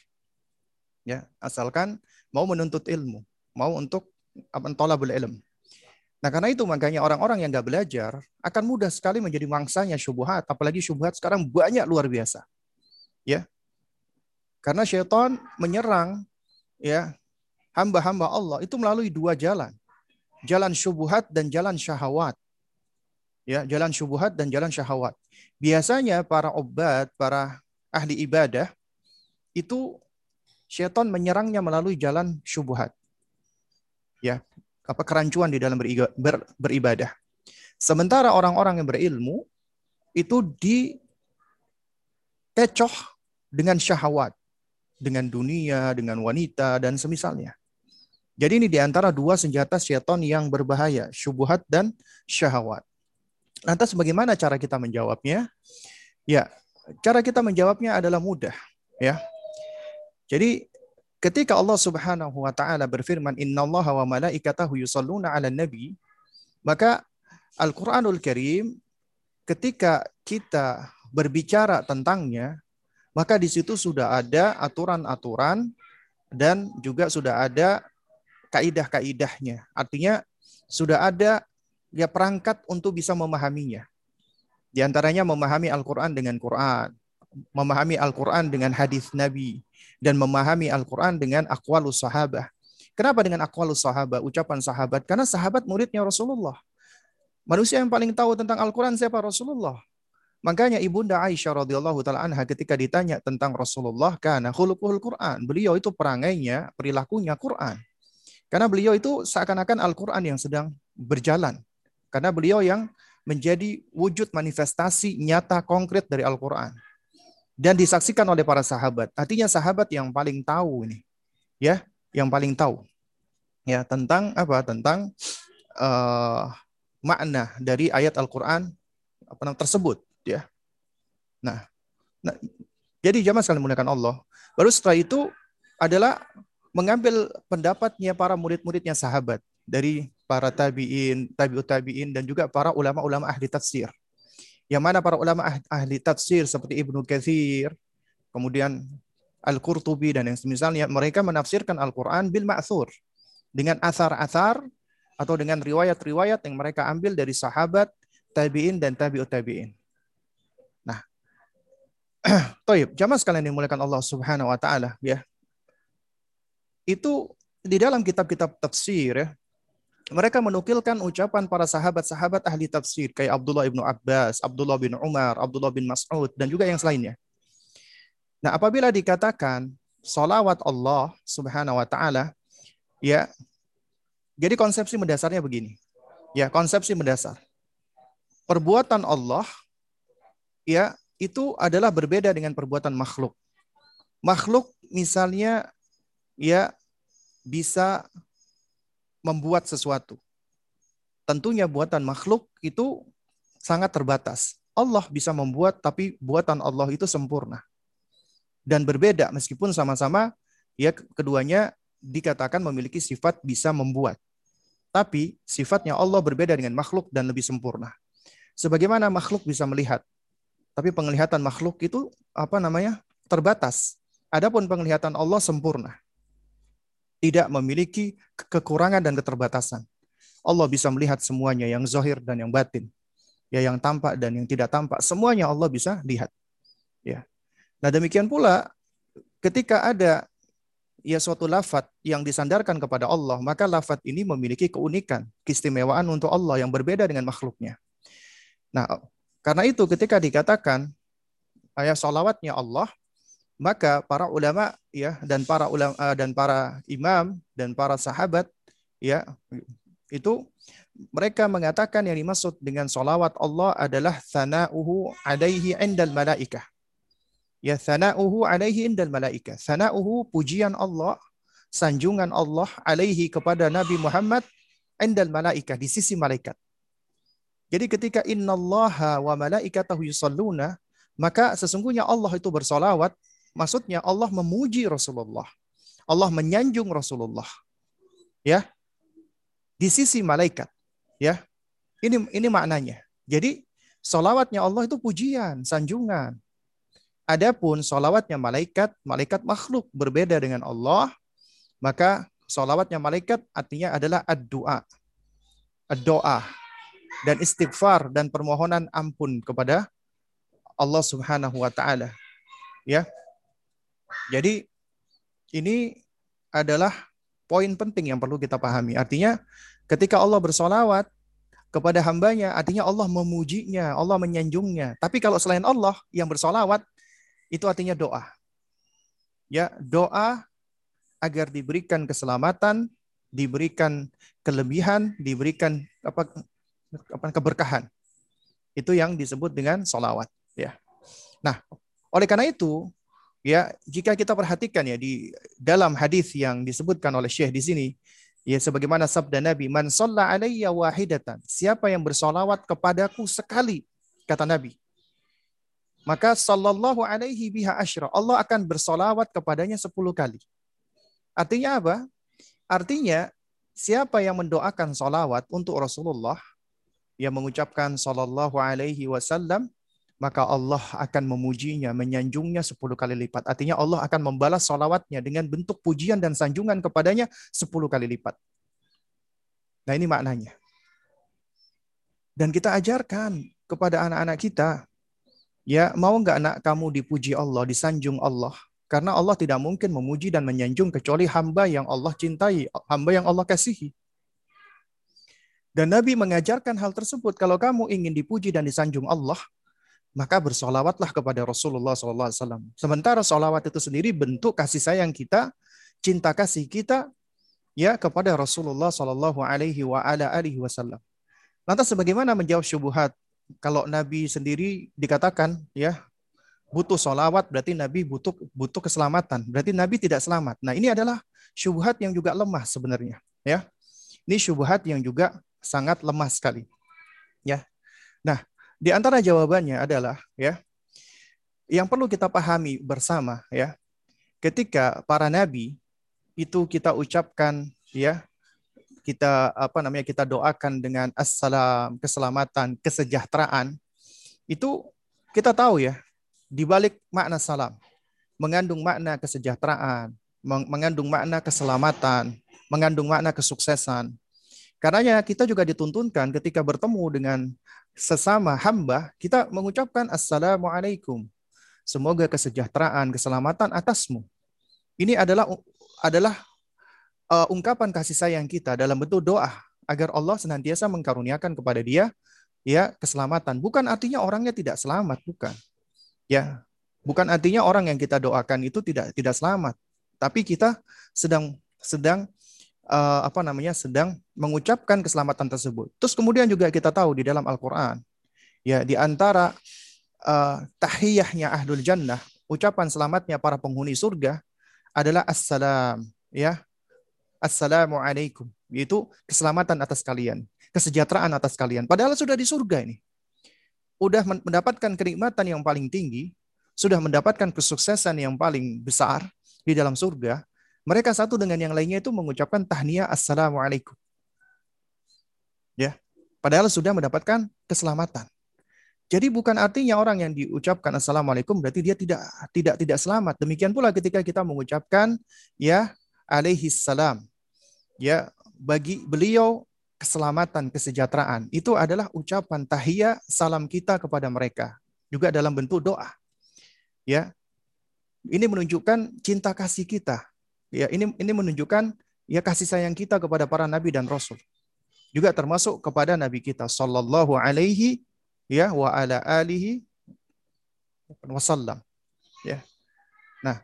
S2: Ya, asalkan mau menuntut ilmu, mau untuk thalabul ilm. Nah, karena itu makanya orang-orang yang nggak belajar akan mudah sekali menjadi mangsanya syubhat, apalagi syubhat sekarang banyak luar biasa. Ya. Karena syaitan menyerang ya hamba-hamba Allah itu melalui dua jalan. Jalan syubhat dan jalan syahwat. Ya, jalan syubhat dan jalan syahwat. Biasanya para obat, para ahli ibadah itu syaitan menyerangnya melalui jalan syubhat. Ya, apa kerancuan di dalam beribadah. Sementara orang-orang yang berilmu itu dikecoh dengan syahwat, dengan dunia, dengan wanita dan semisalnya. Jadi ini diantara dua senjata syaitan yang berbahaya, syubhat dan syahwat. Lantas bagaimana cara kita menjawabnya? Ya, cara kita menjawabnya adalah mudah, ya. Jadi ketika Allah Subhanahu wa taala berfirman, "Innallaha wa malaikatahu yusholluna 'alan nabi", maka Al-Qur'anul Karim ketika kita berbicara tentangnya, maka di situ sudah ada aturan-aturan dan juga sudah ada kaidah-kaidahnya. Artinya sudah ada ya perangkat untuk bisa memahaminya. Di antaranya memahami Al-Qur'an dengan Qur'an, memahami Al-Quran dengan hadis Nabi, dan memahami Al-Quran dengan aqwalus sahabah. Kenapa dengan aqwalus sahabah, ucapan sahabat? Karena sahabat muridnya Rasulullah. Manusia yang paling tahu tentang Al-Quran siapa? Rasulullah. Makanya Ibunda Aisyah radhiyallahu taala anha ketika ditanya tentang Rasulullah, karena khuluquhul Quran, beliau itu perangainya, perilakunya Quran. Karena beliau itu seakan-akan Al-Quran yang sedang berjalan. Karena beliau yang menjadi wujud manifestasi nyata konkret dari Al-Quran. Dan disaksikan oleh para sahabat. Artinya sahabat yang paling tahu ini, ya, yang paling tahu, ya, tentang apa? Tentang uh, makna dari ayat Al-Quran apa namanya tersebut, ya. Nah, nah, jadi jamaah sekalian dimuliakan Allah. Baru setelah itu adalah mengambil pendapatnya para murid-muridnya sahabat dari para tabiin, tabiut tabiin, dan juga para ulama-ulama ahli tafsir. Yang mana para ulama ahli tafsir seperti Ibnu Katsir, kemudian Al-Qurtubi dan yang semisalnya, mereka menafsirkan Al-Quran bil ma'thur, dengan athar-athar atau dengan riwayat-riwayat yang mereka ambil dari sahabat, tabi'in dan tabi'ut tabi'in. Nah, toib, jamaah sekalian dimuliakan Allah Subhanahu wa taala, ya. Itu di dalam kitab-kitab tafsir, ya, mereka menukilkan ucapan para sahabat-sahabat ahli tafsir kayak Abdullah bin Abbas, Abdullah bin Umar, Abdullah bin Mas'ud, dan juga yang selainnya. Nah, apabila dikatakan salawat Allah Subhanahu wa taala, ya, jadi konsepsi mendasarnya begini. Ya, konsepsi mendasar. Perbuatan Allah, ya, itu adalah berbeda dengan perbuatan makhluk. Makhluk misalnya, ya, bisa membuat sesuatu. Tentunya buatan makhluk itu sangat terbatas. Allah bisa membuat, tapi buatan Allah itu sempurna. Dan berbeda meskipun sama-sama, ya, keduanya dikatakan memiliki sifat bisa membuat. Tapi sifatnya Allah berbeda dengan makhluk dan lebih sempurna. Sebagaimana makhluk bisa melihat, tapi penglihatan makhluk itu apa namanya? Terbatas. Adapun penglihatan Allah sempurna. Tidak memiliki kekurangan dan keterbatasan. Allah bisa melihat semuanya, yang zahir dan yang batin. Ya, yang tampak dan yang tidak tampak, semuanya Allah bisa lihat. Ya. Nah, demikian pula ketika ada ya suatu lafaz yang disandarkan kepada Allah, maka lafaz ini memiliki keunikan, keistimewaan untuk Allah yang berbeda dengan makhluknya. Nah, karena itu ketika dikatakan ayat salawatnya Allah, maka para ulama, ya, dan para ulama dan para imam dan para sahabat, ya, itu mereka mengatakan yang dimaksud dengan salawat Allah adalah thana'uhu alaihi indal malaikah. Ya, thana'uhu alaihi indal malaikah. Thana'uhu, pujian Allah, sanjungan Allah alaihi kepada Nabi Muhammad indal malaikah, di sisi malaikat. Jadi ketika innallaha wa malaikatahu yusholluna, maka sesungguhnya Allah itu bersolawat, maksudnya Allah memuji Rasulullah. Allah menyanjung Rasulullah. Ya. Di sisi malaikat. Ya. Ini ini maknanya. Jadi solawatnya Allah itu pujian, sanjungan. Adapun solawatnya malaikat, malaikat makhluk berbeda dengan Allah, maka solawatnya malaikat artinya adalah ad-du'a. Ad-doa. Dan istighfar dan permohonan ampun kepada Allah Subhanahu wa taala. Ya. Jadi ini adalah poin penting yang perlu kita pahami. Artinya ketika Allah bersolawat kepada hambanya, artinya Allah memujinya, Allah menyanjungnya. Tapi kalau selain Allah yang bersolawat, itu artinya doa. Ya, doa agar diberikan keselamatan, diberikan kelebihan, diberikan apa, apa keberkahan. Itu yang disebut dengan solawat. Ya. Nah, oleh karena itu, ya, jika kita perhatikan ya di dalam hadis yang disebutkan oleh Syekh di sini, Ya, sebagaimana sabda Nabi, "Man shalla alayya wahidatan." Siapa yang bersolawat kepadaku sekali, kata Nabi, maka sallallahu alaihi biha asyra. Allah akan bersolawat kepadanya sepuluh kali. Artinya apa? Artinya siapa yang mendoakan solawat untuk Rasulullah, yang mengucapkan sallallahu alaihi wasallam, maka Allah akan memujinya, menyanjungnya sepuluh kali lipat. Artinya Allah akan membalas solawatnya dengan bentuk pujian dan sanjungan kepadanya sepuluh kali lipat. Nah, ini maknanya. Dan kita ajarkan kepada anak-anak kita, ya, mau nggak anak kamu dipuji Allah, disanjung Allah? Karena Allah tidak mungkin memuji dan menyanjung kecuali hamba yang Allah cintai, hamba yang Allah kasihi. Dan Nabi mengajarkan hal tersebut. Kalau kamu ingin dipuji dan disanjung Allah, maka bersolawatlah kepada Rasulullah shallallahu alaihi wasallam. Sementara solawat itu sendiri bentuk kasih sayang kita, cinta kasih kita, ya, kepada Rasulullah shallallahu alaihi wasallam. Lantas bagaimana menjawab syubhat? Kalau Nabi sendiri dikatakan, ya, butuh solawat, berarti Nabi butuh butuh keselamatan. Berarti Nabi tidak selamat. Nah, ini adalah syubhat yang juga lemah sebenarnya. Ya, ini syubhat yang juga sangat lemah sekali. Ya, nah, di antara jawabannya adalah, ya, yang perlu kita pahami bersama, ya, ketika para nabi itu kita ucapkan, ya, kita apa namanya kita doakan dengan assalam, keselamatan, kesejahteraan, itu kita tahu, ya, di balik makna salam mengandung makna kesejahteraan, mengandung makna keselamatan, mengandung makna kesuksesan. Karenanya kita juga dituntunkan ketika bertemu dengan sesama hamba, kita mengucapkan assalamualaikum. Semoga kesejahteraan, keselamatan atasmu. Ini adalah adalah uh, ungkapan kasih sayang kita dalam bentuk doa agar Allah senantiasa mengkaruniakan kepada dia, ya, keselamatan. Bukan artinya orangnya tidak selamat, bukan. Ya, bukan artinya orang yang kita doakan itu tidak tidak selamat. Tapi kita sedang sedang Uh, apa namanya sedang mengucapkan keselamatan tersebut. Terus kemudian juga kita tahu di dalam Al-Quran, ya, di antara uh, tahiyahnya ahlul jannah, ucapan selamatnya para penghuni surga adalah assalam, ya, assalamualaikum, yaitu keselamatan atas kalian, kesejahteraan atas kalian. Padahal sudah di surga ini, sudah mendapatkan kenikmatan yang paling tinggi, sudah mendapatkan kesuksesan yang paling besar di dalam surga. Mereka satu dengan yang lainnya itu mengucapkan tahniyah assalamualaikum. Ya, padahal sudah mendapatkan keselamatan. Jadi bukan artinya orang yang diucapkan assalamualaikum berarti dia tidak tidak tidak selamat. Demikian pula ketika kita mengucapkan, ya, alaihi salam, ya, bagi beliau keselamatan, kesejahteraan. Itu adalah ucapan tahiyah salam kita kepada mereka, juga dalam bentuk doa. Ya. Ini menunjukkan cinta kasih kita. Ya, ini ini menunjukkan, ya, kasih sayang kita kepada para nabi dan rasul. Juga termasuk kepada nabi kita sallallahu alaihi, ya, wa ala alihi wasallam. Ya. Nah,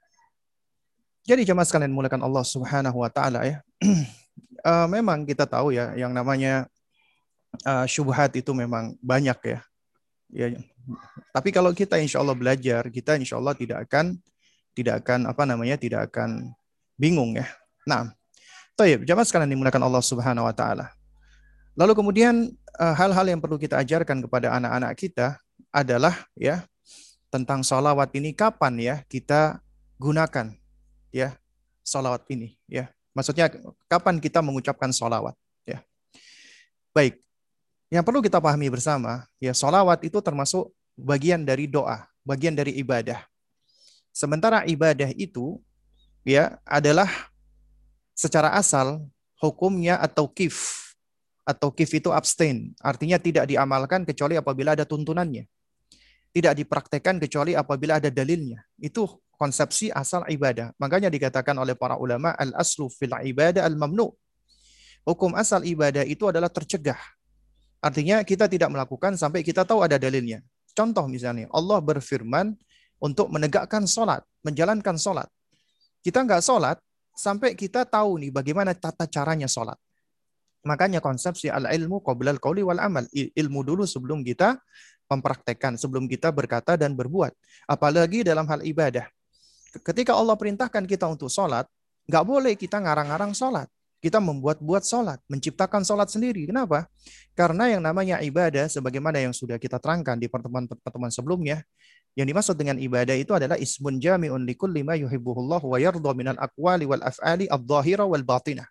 S2: jadi jemaah sekalian mulakan Allah Subhanahu wa taala, ya. uh, memang kita tahu, ya, yang namanya uh, syubhat itu memang banyak, ya. Ya. Tapi kalau kita insya Allah belajar, kita insya Allah tidak akan tidak akan apa namanya tidak akan bingung, ya. Nah, taib, jamaah sekalian dimuliakan Allah Subhanahu wa taala. Lalu kemudian hal-hal yang perlu kita ajarkan kepada anak-anak kita adalah, ya, tentang sholawat ini kapan, ya, kita gunakan, ya, sholawat ini, ya. Maksudnya kapan kita mengucapkan sholawat, ya. Baik, yang perlu kita pahami bersama, ya, sholawat itu termasuk bagian dari doa, bagian dari ibadah. Sementara ibadah itu, ya, adalah secara asal hukumnya atau kif. Atau kif itu abstain, artinya tidak diamalkan kecuali apabila ada tuntunannya. Tidak dipraktekkan kecuali apabila ada dalilnya. Itu konsepsi asal ibadah. Makanya dikatakan oleh para ulama, al-aslu fil ibadah al-mamnu. Hukum asal ibadah itu adalah tercegah. Artinya kita tidak melakukan sampai kita tahu ada dalilnya. Contoh misalnya, Allah berfirman untuk menegakkan sholat, menjalankan sholat. Kita nggak sholat sampai kita tahu nih bagaimana tata caranya sholat. Makanya konsepsi al-ilmu qoblal qauli wal amal. Ilmu dulu sebelum kita mempraktekkan, sebelum kita berkata dan berbuat. Apalagi dalam hal ibadah. Ketika Allah perintahkan kita untuk sholat, nggak boleh kita ngarang-ngarang sholat. Kita membuat-buat sholat, menciptakan sholat sendiri. Kenapa? Karena yang namanya ibadah, sebagaimana yang sudah kita terangkan di pertemuan-pertemuan sebelumnya, yang dimaksud dengan ibadah itu adalah ismun jami'un likulli ma yuhibbuhullah wa yardha minal aqwali wal af'ali adh-dhahira wal batinah.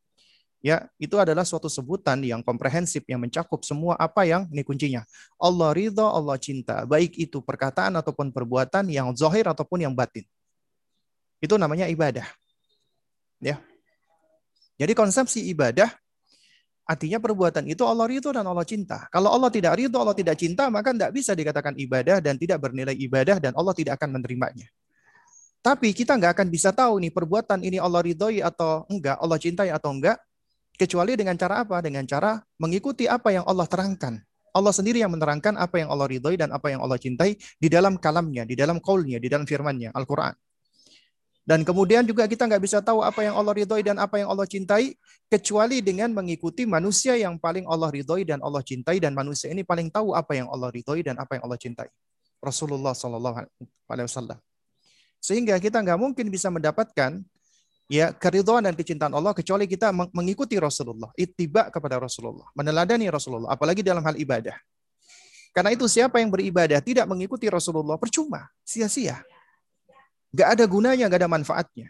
S2: Ya, itu adalah suatu sebutan yang komprehensif yang mencakup semua apa yang ini kuncinya. Allah ridha, Allah cinta, baik itu perkataan ataupun perbuatan yang zahir ataupun yang batin. Itu namanya ibadah. Ya. Jadi konsepsi ibadah artinya perbuatan itu Allah ridho dan Allah cinta. Kalau Allah tidak ridho, Allah tidak cinta, maka tidak bisa dikatakan ibadah dan tidak bernilai ibadah dan Allah tidak akan menerimanya. Tapi kita nggak akan bisa tahu nih perbuatan ini Allah ridhoi atau enggak, Allah cintai atau enggak, kecuali dengan cara apa? Dengan cara mengikuti apa yang Allah terangkan. Allah sendiri yang menerangkan apa yang Allah ridhoi dan apa yang Allah cintai di dalam kalamnya, di dalam qaulnya, di dalam firman-Nya, Al-Quran. Dan kemudian juga kita nggak bisa tahu apa yang Allah ridhoi dan apa yang Allah cintai kecuali dengan mengikuti manusia yang paling Allah ridhoi dan Allah cintai, dan manusia ini paling tahu apa yang Allah ridhoi dan apa yang Allah cintai. Rasulullah Shallallahu Alaihi Wasallam. Sehingga kita nggak mungkin bisa mendapatkan ya keridhaan dan kecintaan Allah kecuali kita mengikuti Rasulullah, ittiba kepada Rasulullah, meneladani Rasulullah, apalagi dalam hal ibadah. Karena itu siapa yang beribadah tidak mengikuti Rasulullah percuma, sia-sia. Gak ada gunanya, gak ada manfaatnya.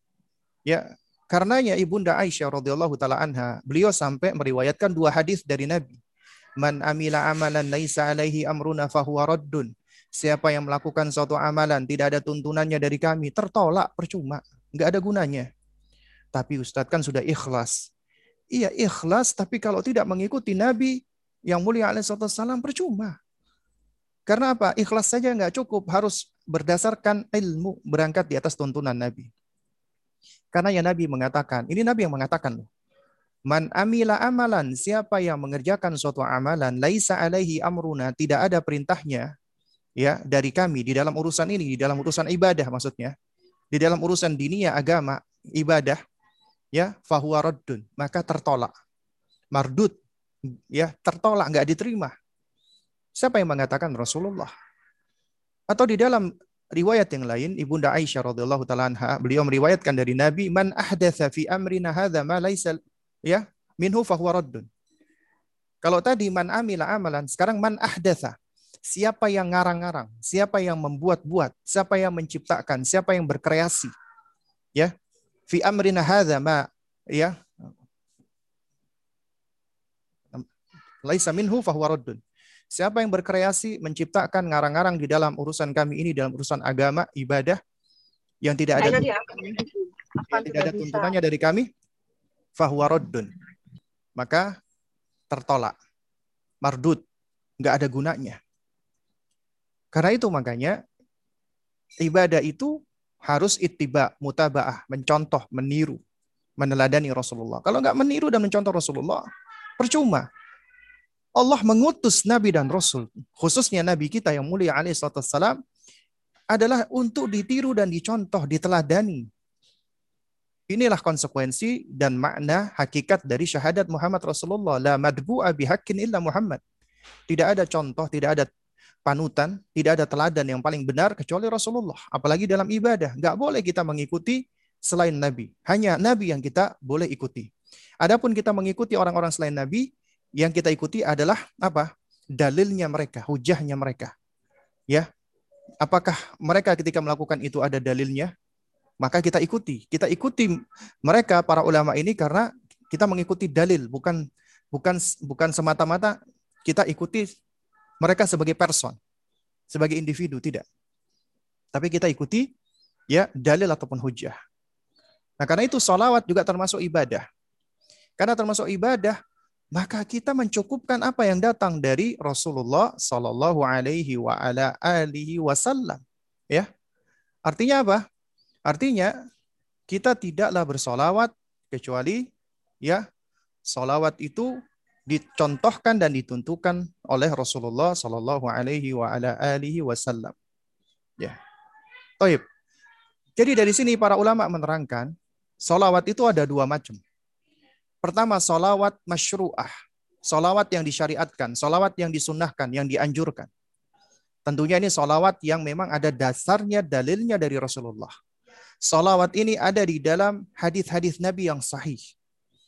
S2: Ya, karenanya Ibunda Aisyah radhiyallahu taala anha, beliau sampai meriwayatkan dua hadis dari Nabi. Man amila amalan laisa alaihi amruna fahuwa raddun. Siapa yang melakukan suatu amalan tidak ada tuntunannya dari kami, tertolak, percuma, gak ada gunanya. Tapi Ustadz kan sudah ikhlas. Iya ikhlas, tapi kalau tidak mengikuti Nabi yang mulia alaihi wasallam percuma. Karena apa? Ikhlas saja nggak cukup, harus berdasarkan ilmu, berangkat di atas tuntunan Nabi. Karena ya Nabi mengatakan, ini Nabi yang mengatakan loh. Man amila amalan, siapa yang mengerjakan suatu amalan, laisa alaihi amruna, tidak ada perintahnya ya dari kami di dalam urusan ini, di dalam urusan ibadah maksudnya. Di dalam urusan dinia, agama, ibadah, ya, fahuwa raddun, maka tertolak. Mardud, ya, tertolak, nggak diterima. Siapa yang mengatakan? Rasulullah. Atau di dalam riwayat yang lain, Ibunda Aisyah radhiyallahu taala anha, beliau meriwayatkan dari Nabi, man ahdatsa fi amrina hadza ma laisa ya minhu fahuwa raddun. Kalau tadi man amila amalan, sekarang man ahdatsa. Siapa yang ngarang-ngarang, siapa yang membuat-buat, siapa yang menciptakan, siapa yang berkreasi. Ya. Fi amrina hadza ma ya laisa minhu fahuwa raddun. Siapa yang berkreasi, menciptakan, ngarang-ngarang di dalam urusan kami ini, dalam urusan agama, ibadah, yang tidak ada, yang tidak ada tuntunannya dari kami, fahuwa raddun. Maka tertolak, mardud, nggak ada gunanya. Karena itu makanya ibadah itu harus ittiba, mutabaah, mencontoh, meniru, meneladani Rasulullah. Kalau nggak meniru dan mencontoh Rasulullah, percuma. Allah mengutus Nabi dan Rasul, khususnya Nabi kita yang mulia alaihi wassalam, adalah untuk ditiru dan dicontoh, diteladani. Inilah konsekuensi dan makna hakikat dari syahadat Muhammad Rasulullah. La madbu'a bihaqqin illa Muhammad. Tidak ada contoh, tidak ada panutan, tidak ada teladan yang paling benar kecuali Rasulullah. Apalagi dalam ibadah. Nggak boleh kita mengikuti selain Nabi. Hanya Nabi yang kita boleh ikuti. Adapun kita mengikuti orang-orang selain Nabi, yang kita ikuti adalah apa? Dalilnya mereka, hujahnya mereka. Ya. Apakah mereka ketika melakukan itu ada dalilnya? Maka kita ikuti. Kita ikuti mereka para ulama ini karena kita mengikuti dalil, bukan bukan bukan semata-mata kita ikuti mereka sebagai person, sebagai individu, tidak. Tapi kita ikuti ya dalil ataupun hujah. Nah, karena itu sholawat juga termasuk ibadah. Karena termasuk ibadah, maka kita mencukupkan apa yang datang dari Rasulullah Sallallahu Alaihi wa ala alihi Wasallam. Ya, artinya apa? Artinya kita tidaklah bersolawat kecuali ya solawat itu dicontohkan dan ditentukan oleh Rasulullah Sallallahu Alaihi wa ala alihi Wasallam. Ya, Taib. Jadi dari sini para ulama menerangkan solawat itu ada dua macam. Pertama, solawat masyru'ah. Solawat yang disyariatkan, solawat yang disunnahkan, yang dianjurkan. Tentunya ini solawat yang memang ada dasarnya, dalilnya dari Rasulullah. Solawat ini ada di dalam hadis-hadis Nabi yang sahih.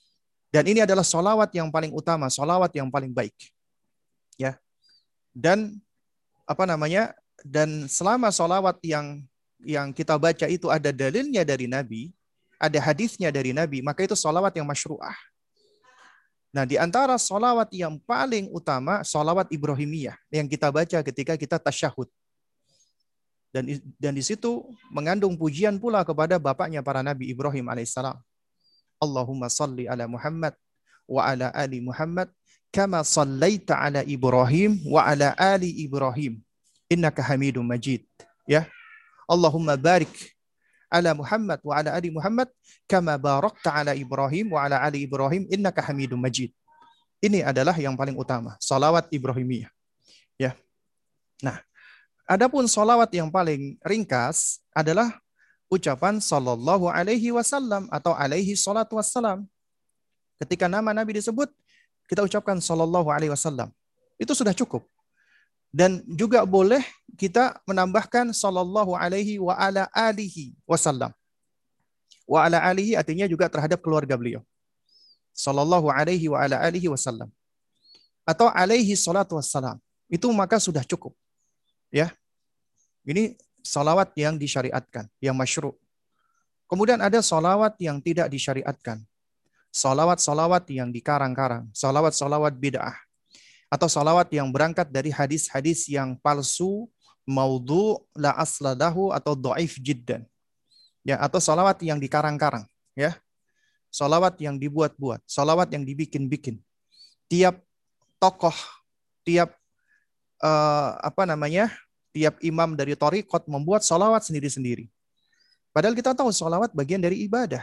S2: Dan ini adalah solawat yang paling utama, solawat yang paling baik. Ya. Dan apa namanya? Dan selama solawat yang yang kita baca itu ada dalilnya dari Nabi, ada hadisnya dari Nabi, maka itu solawat yang masyru'ah. Nah, di antara solawat yang paling utama, solawat Ibrahimiyah yang kita baca ketika kita tasyahud. Dan, dan di situ mengandung pujian pula kepada bapaknya para Nabi Ibrahim alaihissalam. Allahumma salli ala Muhammad wa ala ali Muhammad kama sallaita ala Ibrahim wa ala ali Ibrahim innaka Hamidum Majid. Ya. Allahumma barik ala Muhammad wa ala ali Muhammad kama barakta ala Ibrahim wa ala ali Ibrahim innaka Hamidum Majid. Ini adalah yang paling utama, salawat Ibrahimiyah. Ya. Nah, adapun salawat yang paling ringkas adalah ucapan sallallahu alaihi wasallam atau alaihi salatu wassalam. Ketika nama Nabi disebut, kita ucapkan sallallahu alaihi wasallam. Itu sudah cukup. Dan juga boleh kita menambahkan sallallahu alaihi wa ala alihi wasallam. Wa ala alihi artinya juga terhadap keluarga beliau. Sallallahu alaihi wa ala alihi wasallam. Atau alaihi salatu wassalam. Itu maka sudah cukup. Ya. Ini salawat yang disyariatkan, yang masyru'. Kemudian ada salawat yang tidak disyariatkan. Salawat-salawat yang dikarang-karang. Salawat-salawat bid'ah. Atau salawat yang berangkat dari hadis-hadis yang palsu, maudhu, la asladahu, atau dhaif jiddan. Ya, atau salawat yang dikarang-karang. Ya. Salawat yang dibuat-buat. Salawat yang dibikin-bikin. Tiap tokoh, tiap uh, apa namanya, tiap imam dari thariqat membuat salawat sendiri-sendiri. Padahal kita tahu salawat bagian dari ibadah.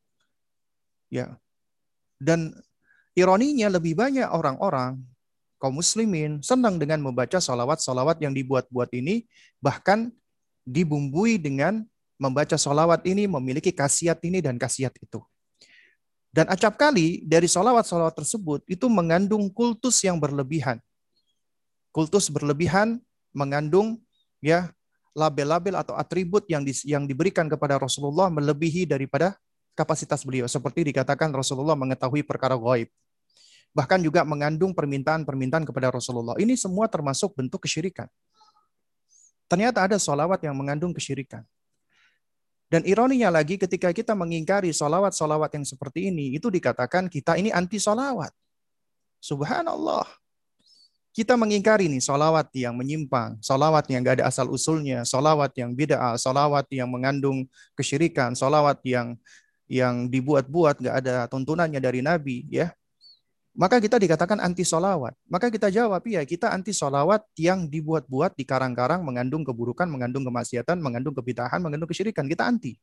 S2: Ya. Dan ironinya lebih banyak orang-orang kaum muslimin senang dengan membaca salawat-salawat yang dibuat-buat ini, bahkan dibumbui dengan membaca salawat ini memiliki khasiat ini dan khasiat itu. Dan acap kali dari salawat-salawat tersebut itu mengandung kultus yang berlebihan. Kultus berlebihan mengandung ya label-label atau atribut yang di, yang diberikan kepada Rasulullah melebihi daripada kapasitas beliau. Seperti dikatakan Rasulullah mengetahui perkara gaib. Bahkan juga mengandung permintaan-permintaan kepada Rasulullah. Ini semua termasuk bentuk kesyirikan. Ternyata ada salawat yang mengandung kesyirikan. Dan ironinya lagi ketika kita mengingkari salawat-salawat yang seperti ini, itu dikatakan kita ini anti salawat. Subhanallah. Kita mengingkari nih salawat yang menyimpang, salawat yang gak ada asal-usulnya, salawat yang bid'ah, salawat yang mengandung kesyirikan, salawat yang yang dibuat-buat gak ada tuntunannya dari Nabi, ya. Maka kita dikatakan anti salawat. Maka kita jawab, ya kita anti salawat yang dibuat-buat, dikarang-karang, mengandung keburukan, mengandung kemaksiatan, mengandung kebid'ahan, mengandung kesyirikan. Kita anti.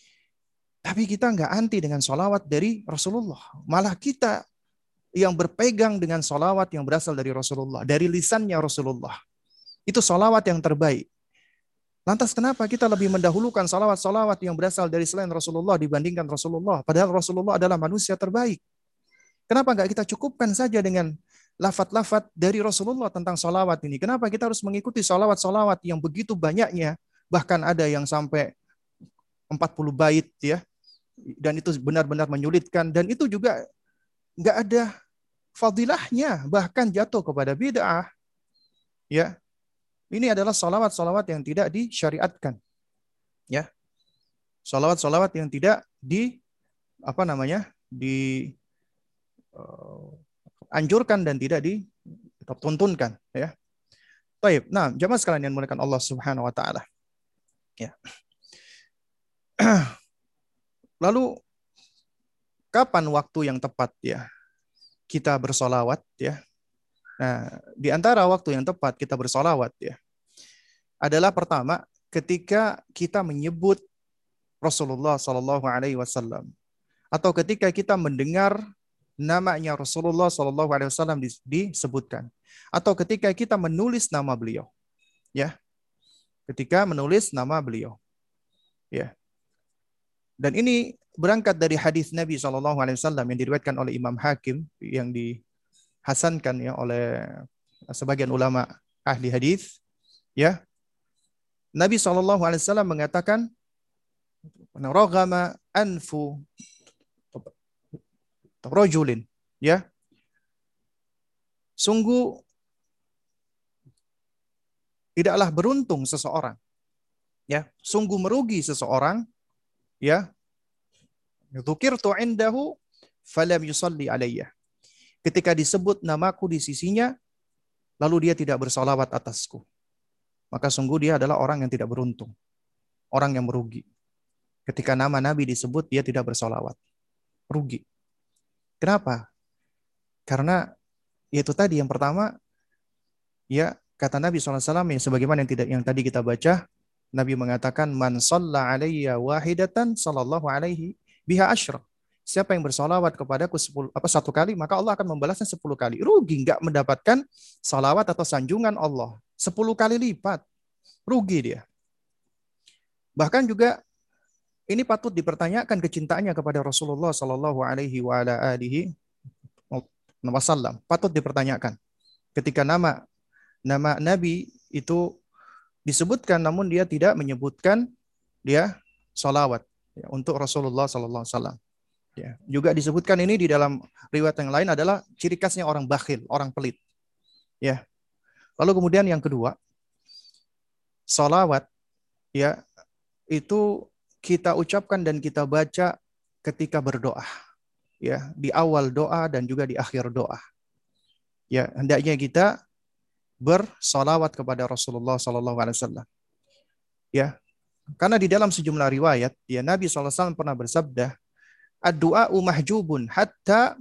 S2: Tapi kita nggak anti dengan salawat dari Rasulullah. Malah kita yang berpegang dengan salawat yang berasal dari Rasulullah, dari lisannya Rasulullah. Itu salawat yang terbaik. Lantas kenapa kita lebih mendahulukan salawat-salawat yang berasal dari selain Rasulullah dibandingkan Rasulullah? Padahal Rasulullah adalah manusia terbaik. Kenapa nggak kita cukupkan saja dengan lafat-lafat dari Rasulullah tentang salawat ini? Kenapa kita harus mengikuti salawat-salawat yang begitu banyaknya? Bahkan ada yang sampai empat puluh bait, ya. Dan itu benar-benar menyulitkan. Dan itu juga nggak ada fadilahnya. Bahkan jatuh kepada bid'ah. Ya. Ini adalah salawat-salawat yang tidak disyariatkan. Ya. Salawat-salawat yang tidak di, apa namanya, di Uh, anjurkan dan tidak dituntunkan, ya. Baik. Nah, jamaah sekalian yang dimuliakan Allah Subhanahu wa taala. Ya. Lalu kapan waktu yang tepat ya kita bersolawat, ya? Nah, di antara waktu yang tepat kita bersolawat ya adalah pertama ketika kita menyebut Rasulullah Shallallahu Alaihi Wasallam atau ketika kita mendengar namanya Rasulullah Shallallahu Alaihi Wasallam disebutkan, atau ketika kita menulis nama beliau, ya, ketika menulis nama beliau, ya. Dan ini berangkat dari hadis Nabi Shallallahu Alaihi Wasallam yang diriwayatkan oleh Imam Hakim, yang dihasankan ya oleh sebagian ulama ahli hadis, ya. Nabi Shallallahu Alaihi Wasallam mengatakan, "Ragama anfu rajulin, ya. Sungguh tidaklah beruntung seseorang, ya. Sungguh merugi seseorang, ya. Dzukirtu indahu falam yusalli alayya. Ketika disebut namaku di sisinya, lalu dia tidak bersalawat atasku. Maka sungguh dia adalah orang yang tidak beruntung, orang yang merugi. Ketika nama Nabi disebut, dia tidak bersalawat. Rugi. Kenapa? Karena yaitu tadi yang pertama, ya kata Nabi shallallahu alaihi wasallam yang sebagaimana yang tidak yang tadi kita baca, Nabi mengatakan man shalla alayya wahidatan sallallahu alaihi biha asyra. Siapa yang bersalawat kepadaku sepuluh apa satu kali, maka Allah akan membalasnya sepuluh kali. Rugi nggak mendapatkan salawat atau sanjungan Allah sepuluh kali lipat. Rugi dia. Bahkan juga ini patut dipertanyakan kecintaannya kepada Rasulullah Sallallahu Alaihi Wasallam. Patut dipertanyakan. Ketika nama nama Nabi itu disebutkan, namun dia tidak menyebutkan dia salawat ya, untuk Rasulullah Sallallahu Alaihi Wasallam. Ya, juga disebutkan ini di dalam riwayat yang lain adalah ciri khasnya orang bakhil, orang pelit. Ya. Lalu kemudian yang kedua, salawat ya itu kita ucapkan dan kita baca ketika berdoa. Ya, di awal doa dan juga di akhir doa. Ya, hendaknya kita bersalawat kepada Rasulullah sallallahu alaihi wasallam. Ya. Karena di dalam sejumlah riwayat, ya Nabi sallallahu alaihi wasallam pernah bersabda, ad-du'a'u mahjubun hatta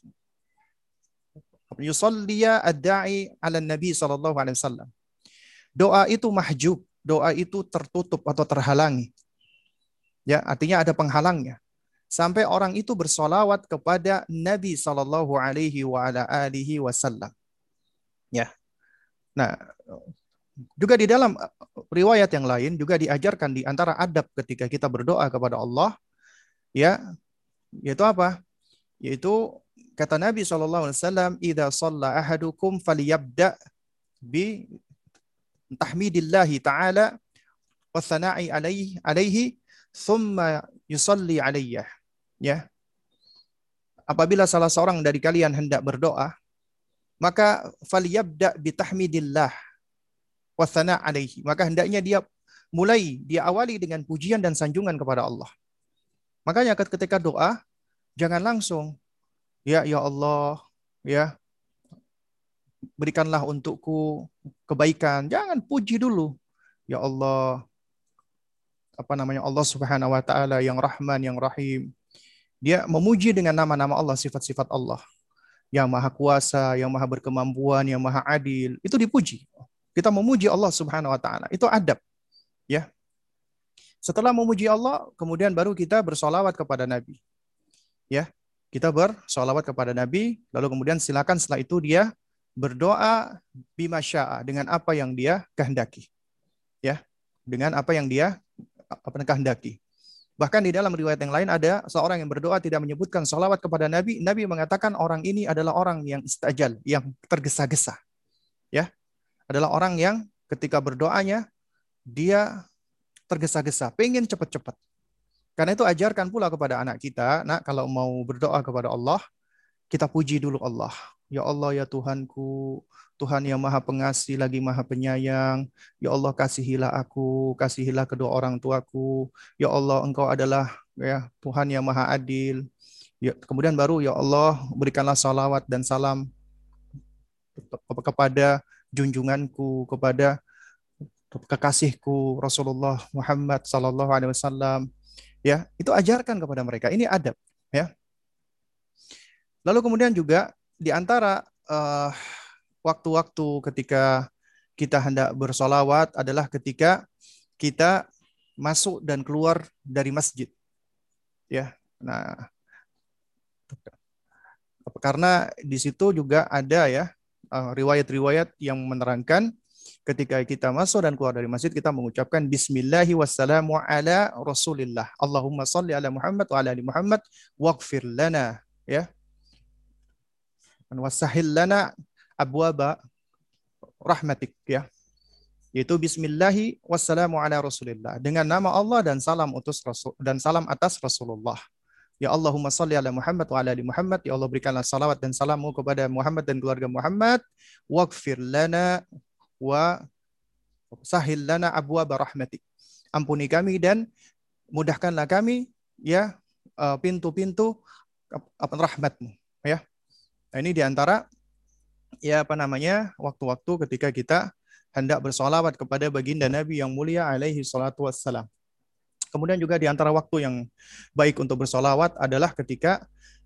S2: yusalliya ad-da'i 'ala Nabi sallallahu alaihi wasallam. Doa itu mahjub, doa itu tertutup atau terhalangi. Ya, artinya ada penghalangnya. Sampai orang itu bersolawat kepada Nabi sallallahu alaihi wa ala alihi wasallam. Ya. Nah, juga di dalam riwayat yang lain juga diajarkan di antara adab ketika kita berdoa kepada Allah, ya, yaitu apa? Yaitu kata Nabi shallallahu alaihi wasallam, "Idza shalla ahadukum falyabda bi tahmidillahi ta'ala wa tsana'i alaihi alaihi thumma yusalli alayya." Ya. Apabila salah seorang dari kalian hendak berdoa, maka falyabda bi tahmidillah wa tsana' alaihi. Maka hendaknya dia mulai dia awali dengan pujian dan sanjungan kepada Allah. Makanya ketika doa, jangan langsung, ya ya Allah, ya berikanlah untukku kebaikan. Jangan puji dulu. Ya Allah, apa namanya, Allah Subhanahu wa taala yang Rahman, yang Rahim. Dia memuji dengan nama-nama Allah, sifat-sifat Allah. Yang Maha Kuasa, yang Maha Berkemampuan, yang Maha Adil. Itu dipuji. Kita memuji Allah Subhanahu wa taala. Itu adab. Ya. Setelah memuji Allah, kemudian baru kita bersolawat kepada Nabi. Ya, kita bersolawat kepada Nabi, lalu kemudian silakan setelah itu dia berdoa bima syaa, dengan apa yang dia kehendaki. Ya, dengan apa yang dia apa kehendaki. Bahkan di dalam riwayat yang lain ada seorang yang berdoa tidak menyebutkan solawat kepada Nabi. Nabi mengatakan orang ini adalah orang yang istajal, yang tergesa-gesa. Ya, adalah orang yang ketika berdoanya dia tergesa-gesa, pengen cepat-cepat. Karena itu ajarkan pula kepada anak kita, nak kalau mau berdoa kepada Allah, kita puji dulu Allah. Ya Allah, ya Tuhanku, Tuhan yang Maha Pengasih lagi Maha Penyayang. Ya Allah, kasihilah aku, kasihilah kedua orang tuaku. Ya Allah, Engkau adalah ya Tuhan yang Maha Adil. Ya, kemudian baru ya Allah, berikanlah salawat dan salam kepada junjunganku, kepada kekasihku Rasulullah Muhammad sallallahu alaihi wasallam. Ya, itu ajarkan kepada mereka. Ini adab, ya. Lalu kemudian juga di antara uh, waktu-waktu ketika kita hendak bersolawat adalah ketika kita masuk dan keluar dari masjid. Ya. Nah, karena di situ juga ada ya uh, riwayat-riwayat yang menerangkan ketika kita masuk dan keluar dari masjid, kita mengucapkan Bismillahi wassalamu ala Rasulillah. Allahumma salli ala Muhammad wa ala ali Muhammad waghfir lana. Ya. Wasahil lana abwaba rahmatik. Ya. Yaitu Bismillahi wassalamu ala Rasulillah. Dengan nama Allah dan salam utus Rasul dan salam atas Rasulullah. Ya Allahumma salli ala Muhammad wa ala ali Muhammad. Ya Allah berikanlah salawat dan salammu kepada Muhammad dan keluarga Muhammad. Waghfir lana wa sahil lana abwaaba rahmatik. Ampuni kami dan mudahkanlah kami ya eh, pintu-pintu apa rahmatmu ya. Nah, ini diantara ya apa namanya waktu-waktu ketika kita hendak bersolawat kepada baginda Nabi yang mulia alaihi salatu wassalam. Kemudian juga diantara waktu yang baik untuk bersolawat adalah ketika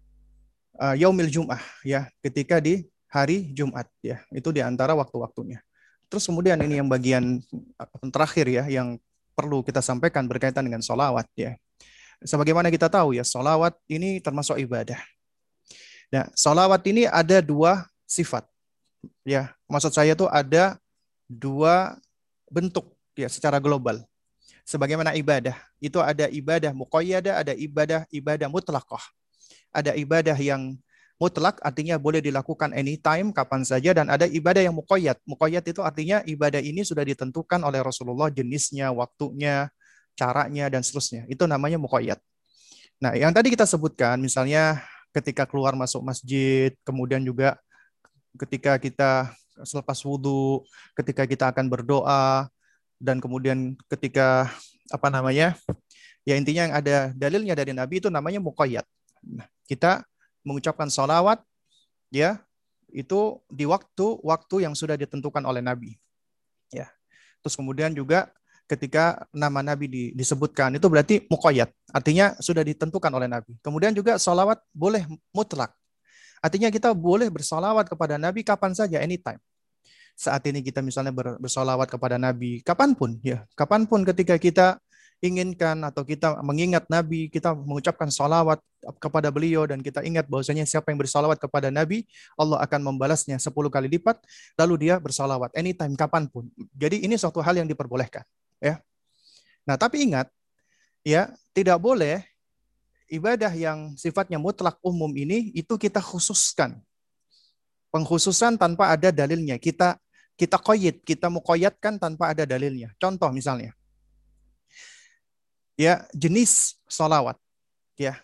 S2: uh, yaumil Jum'ah ya, ketika di hari Jumat ya. Itu diantara waktu-waktunya. Terus kemudian ini yang bagian terakhir ya yang perlu kita sampaikan berkaitan dengan solawat ya. Sebagaimana kita tahu ya, solawat ini termasuk ibadah. Nah, solawat ini ada dua sifat ya. Maksud saya itu ada dua bentuk ya secara global. Sebagaimana ibadah, itu ada ibadah muqayyadah, ada ibadah ibadah mutlaqah. Ada ibadah yang mutlak artinya boleh dilakukan anytime, kapan saja, dan ada ibadah yang muqayyad. Muqayyad itu artinya ibadah ini sudah ditentukan oleh Rasulullah jenisnya, waktunya, caranya, dan seterusnya. Itu namanya muqayyad. Nah, yang tadi kita sebutkan misalnya ketika keluar masuk masjid, kemudian juga ketika kita selepas wudhu, ketika kita akan berdoa, dan kemudian ketika apa namanya ya intinya yang ada dalilnya dari Nabi itu namanya muqayyad. Nah, kita mengucapkan salawat ya itu di waktu-waktu yang sudah ditentukan oleh Nabi. Ya. Terus kemudian juga ketika nama Nabi di, disebutkan itu berarti muqayyad, artinya sudah ditentukan oleh Nabi. Kemudian juga salawat boleh mutlak. Artinya kita boleh bersalawat kepada Nabi kapan saja, anytime. Saat ini kita misalnya bersalawat kepada Nabi, kapanpun ya, kapanpun ketika kita inginkan atau kita mengingat Nabi, kita mengucapkan salawat kepada beliau dan kita ingat bahwasanya siapa yang bersalawat kepada Nabi, Allah akan membalasnya sepuluh kali lipat, lalu dia bersalawat anytime, kapanpun. Jadi ini suatu hal yang diperbolehkan. Ya. Nah tapi ingat, ya tidak boleh ibadah yang sifatnya mutlak umum ini itu kita khususkan. Pengkhususan tanpa ada dalilnya. Kita kita qayyid, kita muqayyadkan tanpa ada dalilnya. Contoh misalnya. Ya, jenis sholawat. Ya.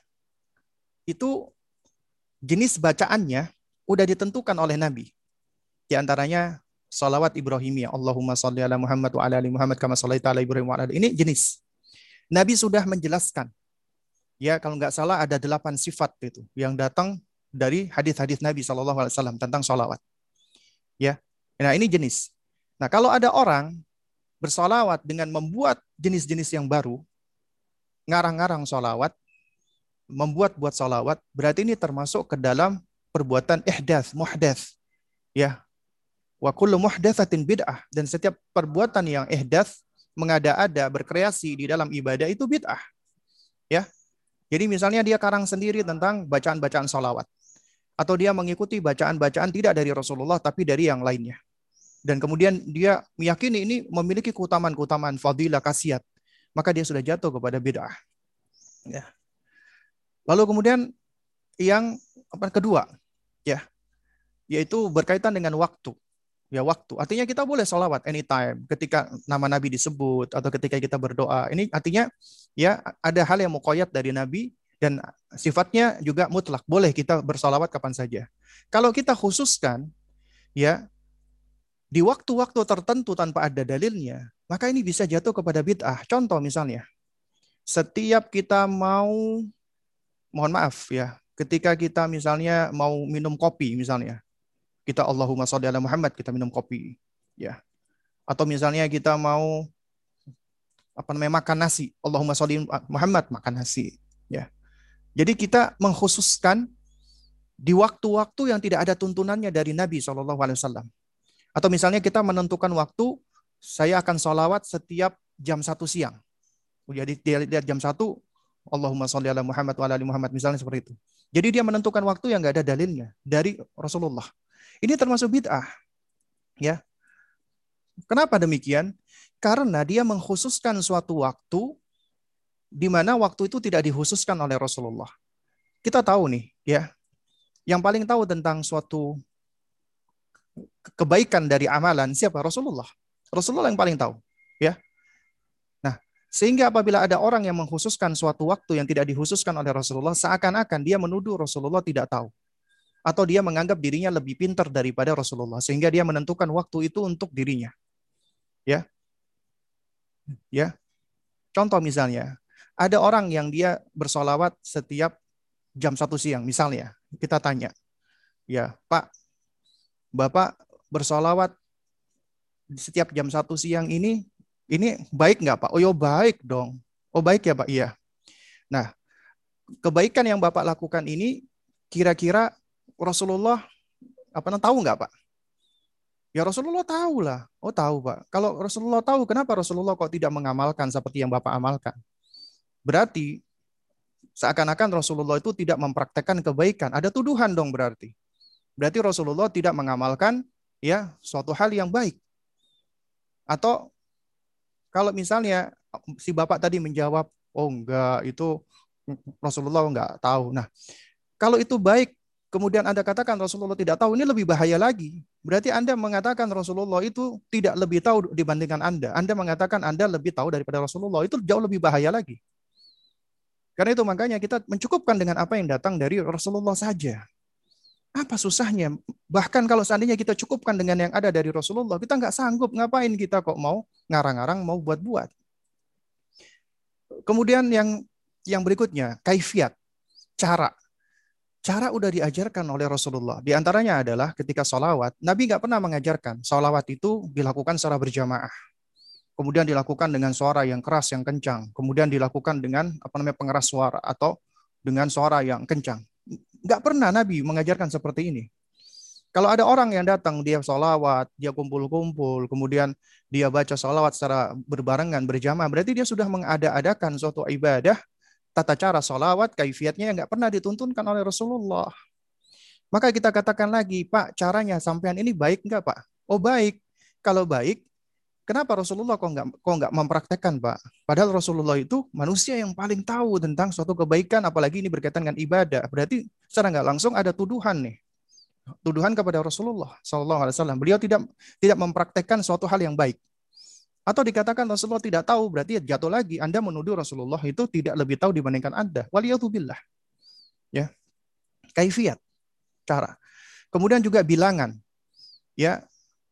S2: Itu jenis bacaannya udah ditentukan oleh Nabi. Di antaranya sholawat Ibrahimiyah. Allahumma sholli ala Muhammad wa ala ali Muhammad kama shallaita ala Ibrahim wa ala ali. Ini jenis. Nabi sudah menjelaskan. Ya, kalau nggak salah ada delapan sifat itu yang datang dari hadis-hadis Nabi shallallahu alaihi wasallam tentang sholawat. Ya, nah ini jenis. Nah kalau ada orang bersolawat dengan membuat jenis-jenis yang baru, ngarang-ngarang sholawat, membuat-buat sholawat, berarti ini termasuk ke dalam perbuatan ihdath, muhdath. Ya, wa kullu muhdathatin bid'ah, dan setiap perbuatan yang ihdath, mengada-ada, berkreasi di dalam ibadah itu bid'ah. Ya, jadi misalnya dia karang sendiri tentang bacaan-bacaan sholawat. Atau dia mengikuti bacaan-bacaan tidak dari Rasulullah tapi dari yang lainnya. Dan kemudian dia meyakini ini memiliki keutamaan-keutamaan fadilah khasiat, maka dia sudah jatuh kepada bid'ah. Ya. Lalu kemudian yang apa kedua, ya, yaitu berkaitan dengan waktu. Ya waktu. Artinya kita boleh sholawat anytime ketika nama Nabi disebut atau ketika kita berdoa. Ini artinya ya ada hal yang muqayyad dari Nabi. Dan sifatnya juga mutlak, boleh kita bersalawat kapan saja. Kalau kita khususkan, ya di waktu-waktu tertentu tanpa ada dalilnya, maka ini bisa jatuh kepada bid'ah. Contoh misalnya, setiap kita mau, mohon maaf ya, ketika kita misalnya mau minum kopi misalnya, kita Allahumma sholli ala Muhammad, kita minum kopi, ya. Atau misalnya kita mau apa namanya makan nasi, Allahumma sholli Muhammad, makan nasi, ya. Jadi kita mengkhususkan di waktu-waktu yang tidak ada tuntunannya dari Nabi shallallahu alaihi wasallam. Atau misalnya kita menentukan waktu, saya akan sholawat setiap jam satu siang. Jadi dia lihat jam satu, Allahumma sholli ala Muhammad wa ala ali Muhammad, misalnya seperti itu. Jadi dia menentukan waktu yang nggak ada dalilnya dari Rasulullah. Ini termasuk bid'ah. Ya. Kenapa demikian? Karena dia mengkhususkan suatu waktu di mana waktu itu tidak dikhususkan oleh Rasulullah. Kita tahu nih, ya, yang paling tahu tentang suatu kebaikan dari amalan siapa? Rasulullah. Rasulullah yang paling tahu, ya. Nah, Sehingga apabila ada orang yang mengkhususkan suatu waktu yang tidak dikhususkan oleh Rasulullah, seakan-akan dia menuduh Rasulullah tidak tahu. Atau dia menganggap dirinya lebih pintar daripada Rasulullah. Sehingga dia menentukan waktu itu untuk dirinya. Ya, ya. Contoh misalnya, ada orang yang dia bersolawat setiap jam satu siang. Misalnya, kita tanya, ya Pak, Bapak bersolawat setiap jam satu siang ini, ini baik nggak Pak? Oh ya baik dong. Oh baik ya Pak, iya. Nah, kebaikan yang Bapak lakukan ini kira-kira Rasulullah apa namanya tahu nggak Pak? Ya Rasulullah tahu lah. Oh tahu Pak. Kalau Rasulullah tahu, kenapa Rasulullah kok tidak mengamalkan seperti yang Bapak amalkan? Berarti seakan-akan Rasulullah itu tidak mempraktekkan kebaikan. Ada tuduhan dong berarti. Berarti Rasulullah tidak mengamalkan ya suatu hal yang baik. Atau kalau misalnya si Bapak tadi menjawab, oh enggak, itu Rasulullah enggak tahu. Nah, kalau itu baik, kemudian Anda katakan Rasulullah tidak tahu, ini lebih bahaya lagi. Berarti Anda mengatakan Rasulullah itu tidak lebih tahu dibandingkan Anda. Anda mengatakan Anda lebih tahu daripada Rasulullah. Itu jauh lebih bahaya lagi. Karena itu makanya kita mencukupkan dengan apa yang datang dari Rasulullah saja. Apa susahnya? Bahkan kalau seandainya kita cukupkan dengan yang ada dari Rasulullah, kita nggak sanggup. Ngapain kita kok mau ngarang-ngarang, mau buat-buat. Kemudian yang yang berikutnya, kaifiat, cara. Cara udah diajarkan oleh Rasulullah. Di antaranya adalah ketika sholawat, Nabi nggak pernah mengajarkan sholawat itu dilakukan secara berjamaah. Kemudian dilakukan dengan suara yang keras, yang kencang. Kemudian dilakukan dengan apa namanya pengeras suara atau dengan suara yang kencang. Nggak pernah Nabi mengajarkan seperti ini. Kalau ada orang yang datang, dia sholawat, dia kumpul-kumpul, kemudian dia baca sholawat secara berbarengan, berjamaah, berarti dia sudah mengada-adakan suatu ibadah, tata cara sholawat, kaifiatnya yang nggak pernah dituntunkan oleh Rasulullah. Maka kita katakan lagi, Pak, caranya sampean ini baik nggak, Pak? Oh baik. Kalau baik, kenapa Rasulullah kok nggak kok nggak mempraktekkan, Pak? Padahal Rasulullah itu manusia yang paling tahu tentang suatu kebaikan, apalagi ini berkaitan dengan ibadah. Berarti secara nggak langsung ada tuduhan nih, tuduhan kepada Rasulullah Shallallahu Alaihi Wasallam. Beliau tidak tidak mempraktekkan suatu hal yang baik. Atau dikatakan Rasulullah tidak tahu, berarti jatuh lagi Anda menuduh Rasulullah itu tidak lebih tahu dibandingkan Anda. Waliyadzubillah. Ya, kaifiat, cara. Kemudian juga bilangan. Ya,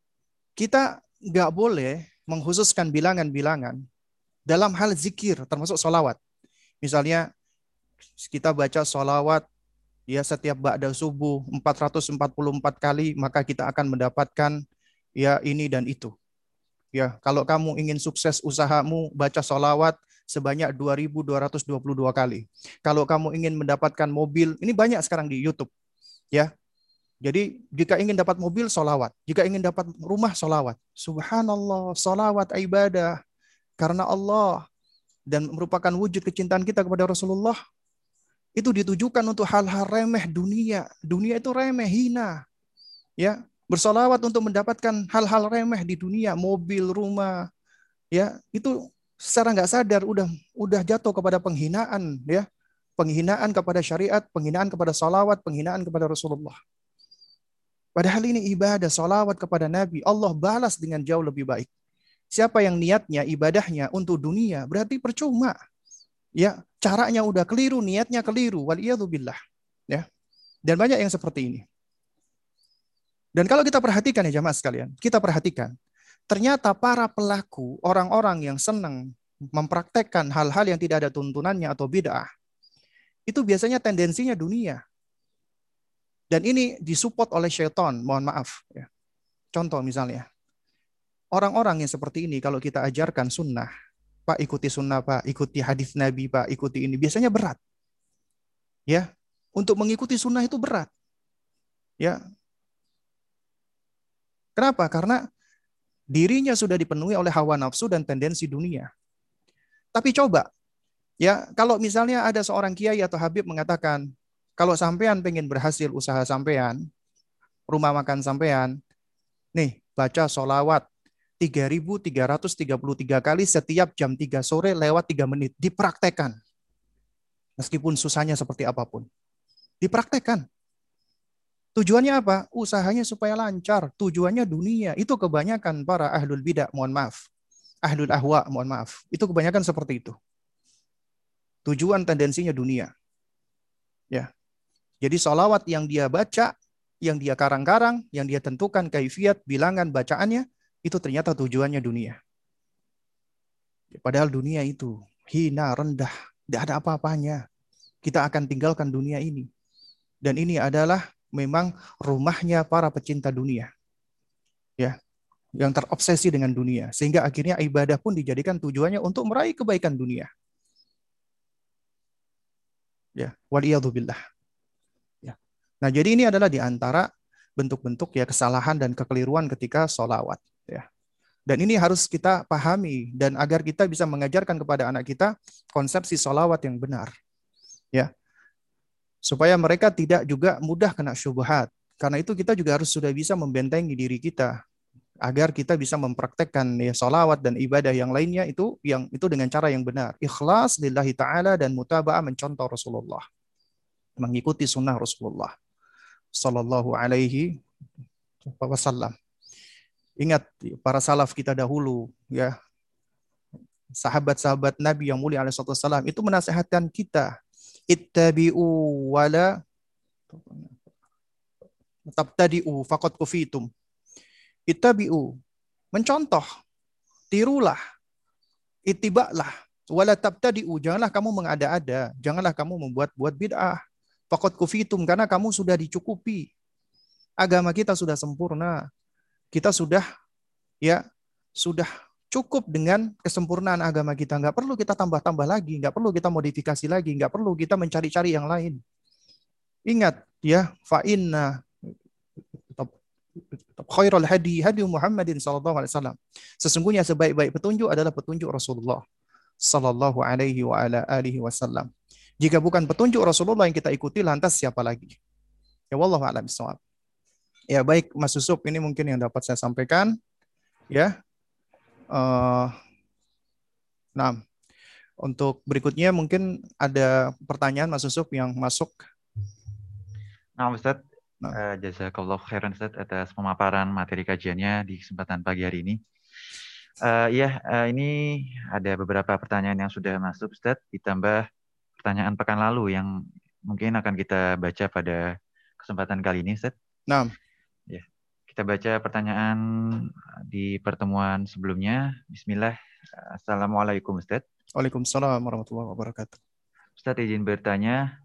S2: kita nggak boleh mengkhususkan bilangan-bilangan dalam hal zikir, termasuk sholawat. Misalnya kita baca sholawat ya setiap ba'da subuh empat ratus empat puluh empat kali, maka kita akan mendapatkan ya ini dan itu. Ya, kalau kamu ingin sukses usahamu, baca sholawat sebanyak dua ribu dua ratus dua puluh dua kali. Kalau kamu ingin mendapatkan mobil, ini banyak sekarang di YouTube. Ya, jadi jika ingin dapat mobil, sholawat. Jika ingin dapat rumah, sholawat. Subhanallah, sholawat ibadah karena Allah dan merupakan wujud kecintaan kita kepada Rasulullah. Itu ditujukan untuk hal-hal remeh dunia. Dunia itu remeh, hina. Ya, bersolawat untuk mendapatkan hal-hal remeh di dunia, mobil, rumah, ya itu secara nggak sadar udah udah jatuh kepada penghinaan, ya penghinaan kepada syariat, penghinaan kepada salawat, penghinaan kepada Rasulullah. Padahal ini ibadah salawat kepada Nabi, Allah balas dengan jauh lebih baik. Siapa yang niatnya ibadahnya untuk dunia, berarti percuma. Ya, caranya udah keliru, niatnya keliru, waliyadzubillah. Ya, dan banyak yang seperti ini. Dan kalau kita perhatikan ya jamaah sekalian, kita perhatikan, ternyata para pelaku, orang-orang yang senang mempraktekkan hal-hal yang tidak ada tuntunannya atau bid'ah, itu biasanya tendensinya dunia. Dan ini disupport oleh syaitan, mohon maaf. Ya. Contoh misalnya, orang-orang yang seperti ini kalau kita ajarkan sunnah, Pak ikuti sunnah Pak, ikuti hadis Nabi Pak, ikuti ini, biasanya berat. Ya, untuk mengikuti sunnah itu berat. Ya, kenapa? Karena dirinya sudah dipenuhi oleh hawa nafsu dan tendensi dunia. Tapi coba, ya kalau misalnya ada seorang kiai atau habib mengatakan, kalau sampean pengen berhasil usaha sampean, rumah makan sampean, nih baca sholawat tiga ribu tiga ratus tiga puluh tiga kali setiap jam tiga sore lewat tiga menit. Dipraktekkan. Meskipun susahnya seperti apapun. Dipraktekkan. Tujuannya apa? Usahanya supaya lancar. Tujuannya dunia. Itu kebanyakan para ahlul bidah, mohon maaf. ahlul ahwa, mohon maaf. Itu kebanyakan seperti itu. Tujuan tendensinya dunia. Ya. Jadi sholawat yang dia baca, yang dia karang-karang, yang dia tentukan kaifiat, bilangan bacaannya, itu ternyata tujuannya dunia. Padahal dunia itu hina, rendah, tidak ada apa-apanya. Kita akan tinggalkan dunia ini. Dan ini adalah memang rumahnya para pecinta dunia. Ya, yang terobsesi dengan dunia. Sehingga akhirnya ibadah pun dijadikan tujuannya untuk meraih kebaikan dunia. Ya, waliyadzubillah. Ya. Nah, jadi ini adalah di antara bentuk-bentuk ya kesalahan dan kekeliruan ketika sholawat. Ya. Dan ini harus kita pahami dan agar kita bisa mengajarkan kepada anak kita konsepsi sholawat yang benar. Ya, supaya mereka tidak juga mudah kena syubhat. Karena itu kita juga harus sudah bisa membentengi diri kita agar kita bisa mempraktekkan ya sholawat dan ibadah yang lainnya itu yang itu dengan cara yang benar. Ikhlas lillahi ta'ala dan mutaba'ah mencontoh Rasulullah. Mengikuti sunnah Rasulullah sallallahu alaihi wasallam. Ingat para salaf kita dahulu ya, sahabat-sahabat Nabi yang mulia alaihi wasallam itu menasihatkan kita, ittabi'u wala tabtadi'u faqad kufitum. Ittabi'u, mencontoh, tirulah, ittiba'lah, wala tabtadi'u, janganlah kamu mengada-ada, janganlah kamu membuat-buat bid'ah. Faqad kufitum, karena kamu sudah dicukupi. Agama kita sudah sempurna. Kita sudah ya sudah cukup dengan kesempurnaan agama kita. Nggak perlu kita tambah-tambah lagi, nggak perlu kita modifikasi lagi, nggak perlu kita mencari-cari yang lain. Ingat ya, fa inna khairul hadi hadi Muhammadin sallallahu alaihi wasallam. Sesungguhnya sebaik-baik petunjuk adalah petunjuk Rasulullah sallallahu alaihi wa ala alihi wasallam. Jika bukan petunjuk Rasulullah yang kita ikuti, lantas siapa lagi? Ya wallahu a'lam bishawab. Ya baik Mas Yusuf, ini mungkin yang dapat saya sampaikan. Ya. Uh, nah, untuk berikutnya mungkin ada pertanyaan Mas Yusuf yang masuk.
S1: Nah, Ustaz,
S2: Nah.
S1: uh, jazakallah khairan Ustaz atas pemaparan materi kajiannya di kesempatan pagi hari ini. Uh, iya, uh, ini ada beberapa pertanyaan yang sudah masuk Ustaz, ditambah pertanyaan pekan lalu yang mungkin akan kita baca pada kesempatan kali ini Ustaz.
S2: Nah.
S1: Ya. Kita baca pertanyaan di pertemuan sebelumnya. Bismillah. Assalamualaikum Ustaz.
S2: Waalaikumsalam warahmatullahi wabarakatuh.
S1: Ustaz izin bertanya,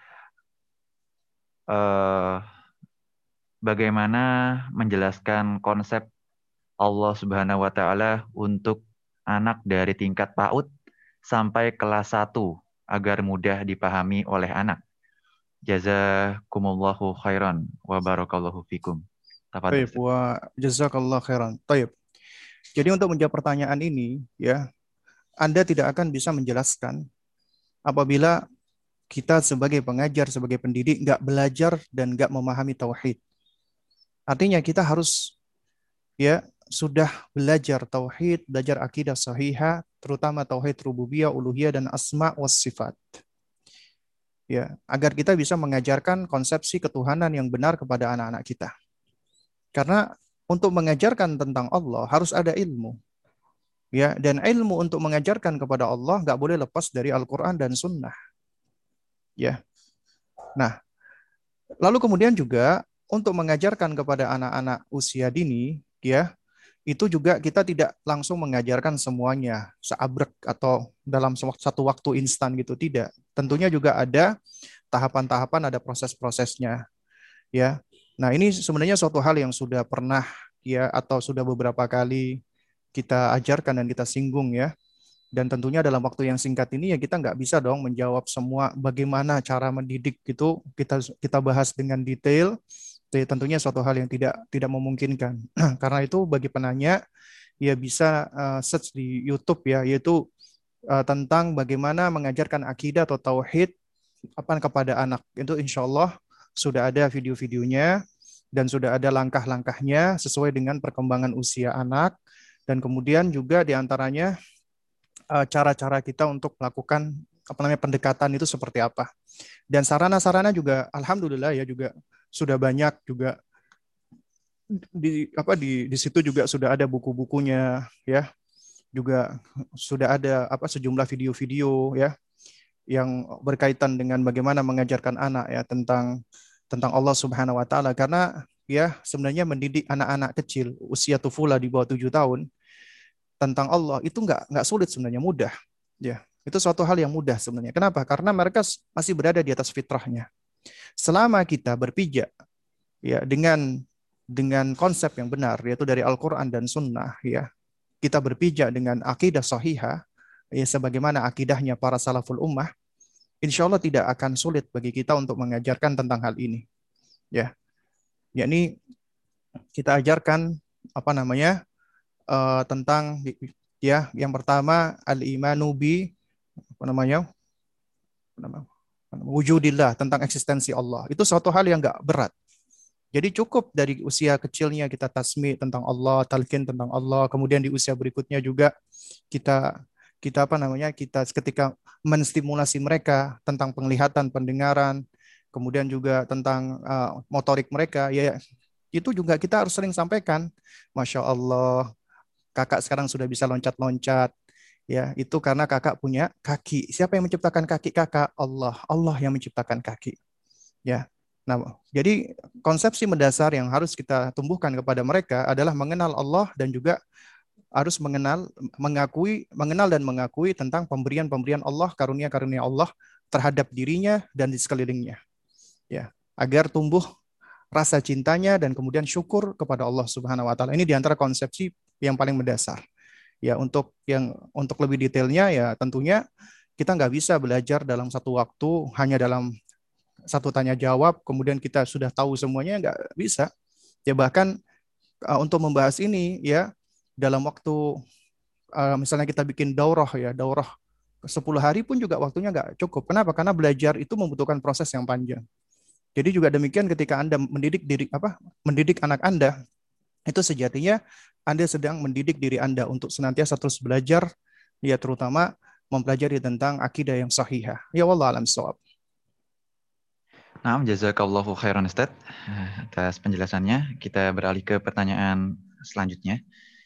S1: uh, bagaimana menjelaskan konsep Allah Subhanahu wa Ta'ala untuk anak dari tingkat PAUD sampai kelas satu agar mudah dipahami oleh anak? Jazakumullahu khairan wa barakallahu fikum.
S2: Baik, wa jazakallahu khairan. Baik. Jadi untuk menjawab pertanyaan ini ya, Anda tidak akan bisa menjelaskan apabila kita sebagai pengajar, sebagai pendidik nggak belajar dan nggak memahami tauhid. Artinya kita harus ya sudah belajar tauhid, belajar akidah sahihah, terutama tauhid rububiyah, uluhiyah dan asma was sifat. Ya, agar kita bisa mengajarkan konsepsi ketuhanan yang benar kepada anak-anak kita. Karena untuk mengajarkan tentang Allah harus ada ilmu. Ya, dan ilmu untuk mengajarkan kepada Allah nggak boleh lepas dari Al-Quran dan Sunnah. Ya. Nah, lalu kemudian juga untuk mengajarkan kepada anak-anak usia dini, ya, itu juga kita tidak langsung mengajarkan semuanya seabrek atau dalam satu waktu instan gitu, tidak. Tentunya juga ada tahapan-tahapan, ada proses-prosesnya, ya. Nah, ini sebenarnya suatu hal yang sudah pernah ya atau sudah beberapa kali kita ajarkan dan kita singgung ya. Dan tentunya dalam waktu yang singkat ini ya kita nggak bisa dong menjawab semua bagaimana cara mendidik gitu, kita kita bahas dengan detail. Jadi, tentunya suatu hal yang tidak tidak memungkinkan. Karena itu bagi penanya ya bisa uh, search di YouTube ya, yaitu uh, tentang bagaimana mengajarkan akidah atau tauhid apa kepada anak. Itu insya Allah sudah ada video-videonya dan sudah ada langkah-langkahnya sesuai dengan perkembangan usia anak, dan kemudian juga diantaranya cara-cara kita untuk melakukan apa namanya pendekatan itu seperti apa, dan sarana-sarana juga alhamdulillah ya juga sudah banyak juga di apa di di situ juga sudah ada buku-bukunya ya, juga sudah ada apa sejumlah video-video ya yang berkaitan dengan bagaimana mengajarkan anak ya tentang tentang Allah Subhanahu wa taala, karena ya sebenarnya mendidik anak-anak kecil usia tufula di bawah tujuh tahun tentang Allah itu nggak nggak sulit sebenarnya, mudah ya. Itu suatu hal yang mudah sebenarnya. Kenapa? Karena mereka masih berada di atas fitrahnya. Selama kita berpijak ya dengan dengan konsep yang benar, yaitu dari Al-Quran dan Sunnah ya, kita berpijak dengan akidah sahihah ya sebagaimana akidahnya para salaful ummah, insya Allah tidak akan sulit bagi kita untuk mengajarkan tentang hal ini ya. Yakni kita ajarkan apa namanya uh, tentang ya yang pertama al-imanu bi apa namanya wujudillah, tentang eksistensi Allah. Itu suatu hal yang nggak berat. Jadi cukup dari usia kecilnya kita tasmi tentang Allah, talqin tentang Allah, kemudian di usia berikutnya juga kita kita apa namanya kita ketika menstimulasi mereka tentang penglihatan, pendengaran, kemudian juga tentang uh, motorik mereka, ya itu juga kita harus sering sampaikan. Masya Allah, kakak sekarang sudah bisa loncat-loncat. Ya, itu karena kakak punya kaki. Siapa yang menciptakan kaki kakak? Allah. Allah yang menciptakan kaki. Ya. Nah, jadi konsepsi mendasar yang harus kita tumbuhkan kepada mereka adalah mengenal Allah dan juga harus mengenal, mengakui, mengenal dan mengakui tentang pemberian-pemberian Allah, karunia-karunia Allah terhadap dirinya dan di sekelilingnya. Ya, agar tumbuh rasa cintanya dan kemudian syukur kepada Allah Subhanahu wa taala. Ini diantara konsepsi yang paling mendasar. Ya, untuk yang untuk lebih detailnya ya tentunya kita nggak bisa belajar dalam satu waktu hanya dalam satu tanya jawab kemudian kita sudah tahu semuanya, nggak bisa. Ya bahkan uh, untuk membahas ini ya dalam waktu uh, misalnya kita bikin daurah ya daurah sepuluh hari pun juga waktunya nggak cukup. Kenapa? Karena belajar itu membutuhkan proses yang panjang. Jadi juga demikian ketika Anda mendidik diri apa mendidik anak Anda, itu sejatinya Anda sedang mendidik diri Anda untuk senantiasa terus belajar, ya terutama mempelajari tentang akidah yang sahihah. Ya wallah alam shawab.
S1: Nah, jazakallahu khairan Ustaz atas penjelasannya. Kita beralih ke pertanyaan selanjutnya.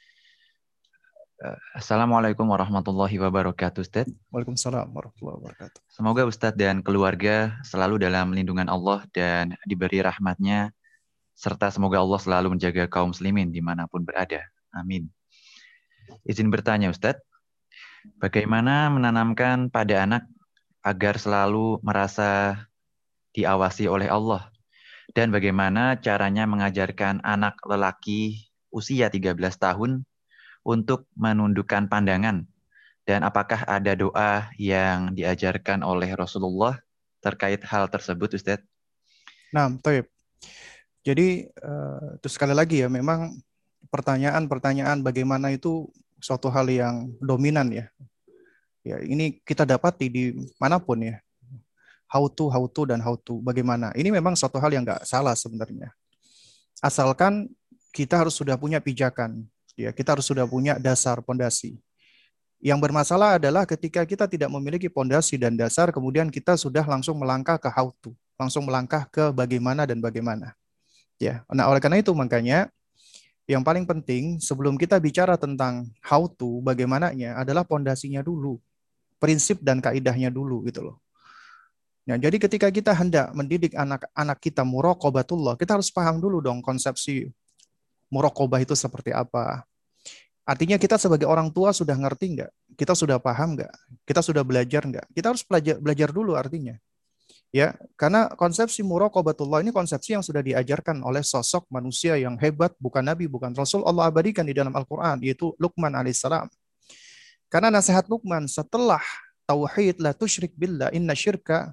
S1: Assalamualaikum warahmatullahi wabarakatuh, Ustaz.
S2: Waalaikumsalam warahmatullahi wabarakatuh.
S1: Semoga Ustadz dan keluarga selalu dalam lindungan Allah dan diberi rahmatnya, serta semoga Allah selalu menjaga kaum muslimin dimanapun berada. Amin. Izin bertanya Ustadz, bagaimana menanamkan pada anak agar selalu merasa diawasi oleh Allah? Dan bagaimana caranya mengajarkan anak lelaki usia tiga belas tahun untuk menundukkan pandangan? Dan apakah ada doa yang diajarkan oleh Rasulullah terkait hal tersebut, Ustadz?
S2: Nah, Taib. Jadi, uh, itu sekali lagi ya, memang pertanyaan-pertanyaan bagaimana itu suatu hal yang dominan ya. Ya, ini kita dapati di manapun ya. How to, how to, dan how to, bagaimana. Ini memang suatu hal yang nggak salah sebenarnya. Asalkan kita harus sudah punya pijakan. Ya, kita harus sudah punya dasar, pondasi. Yang bermasalah adalah ketika kita tidak memiliki pondasi dan dasar, kemudian kita sudah langsung melangkah ke how to, langsung melangkah ke bagaimana dan bagaimana. Ya, nah oleh karena itu makanya yang paling penting sebelum kita bicara tentang how to, bagaimananya adalah pondasinya dulu, prinsip dan kaidahnya dulu gitu loh. Nah, jadi ketika kita hendak mendidik anak-anak kita muraqabatullah, kita harus paham dulu dong konsepsi muraqabah itu seperti apa. Artinya kita sebagai orang tua sudah ngerti nggak? Kita sudah paham nggak? Kita sudah belajar nggak? Kita harus belajar, belajar dulu artinya. Ya, karena konsepsi muraqabatullah ini konsepsi yang sudah diajarkan oleh sosok manusia yang hebat, bukan nabi, bukan rasul, Allah abadikan di dalam Al-Qur'an, yaitu Luqman alaihissalam. Karena nasihat Luqman setelah tauhid la tusyrik billah inna syirka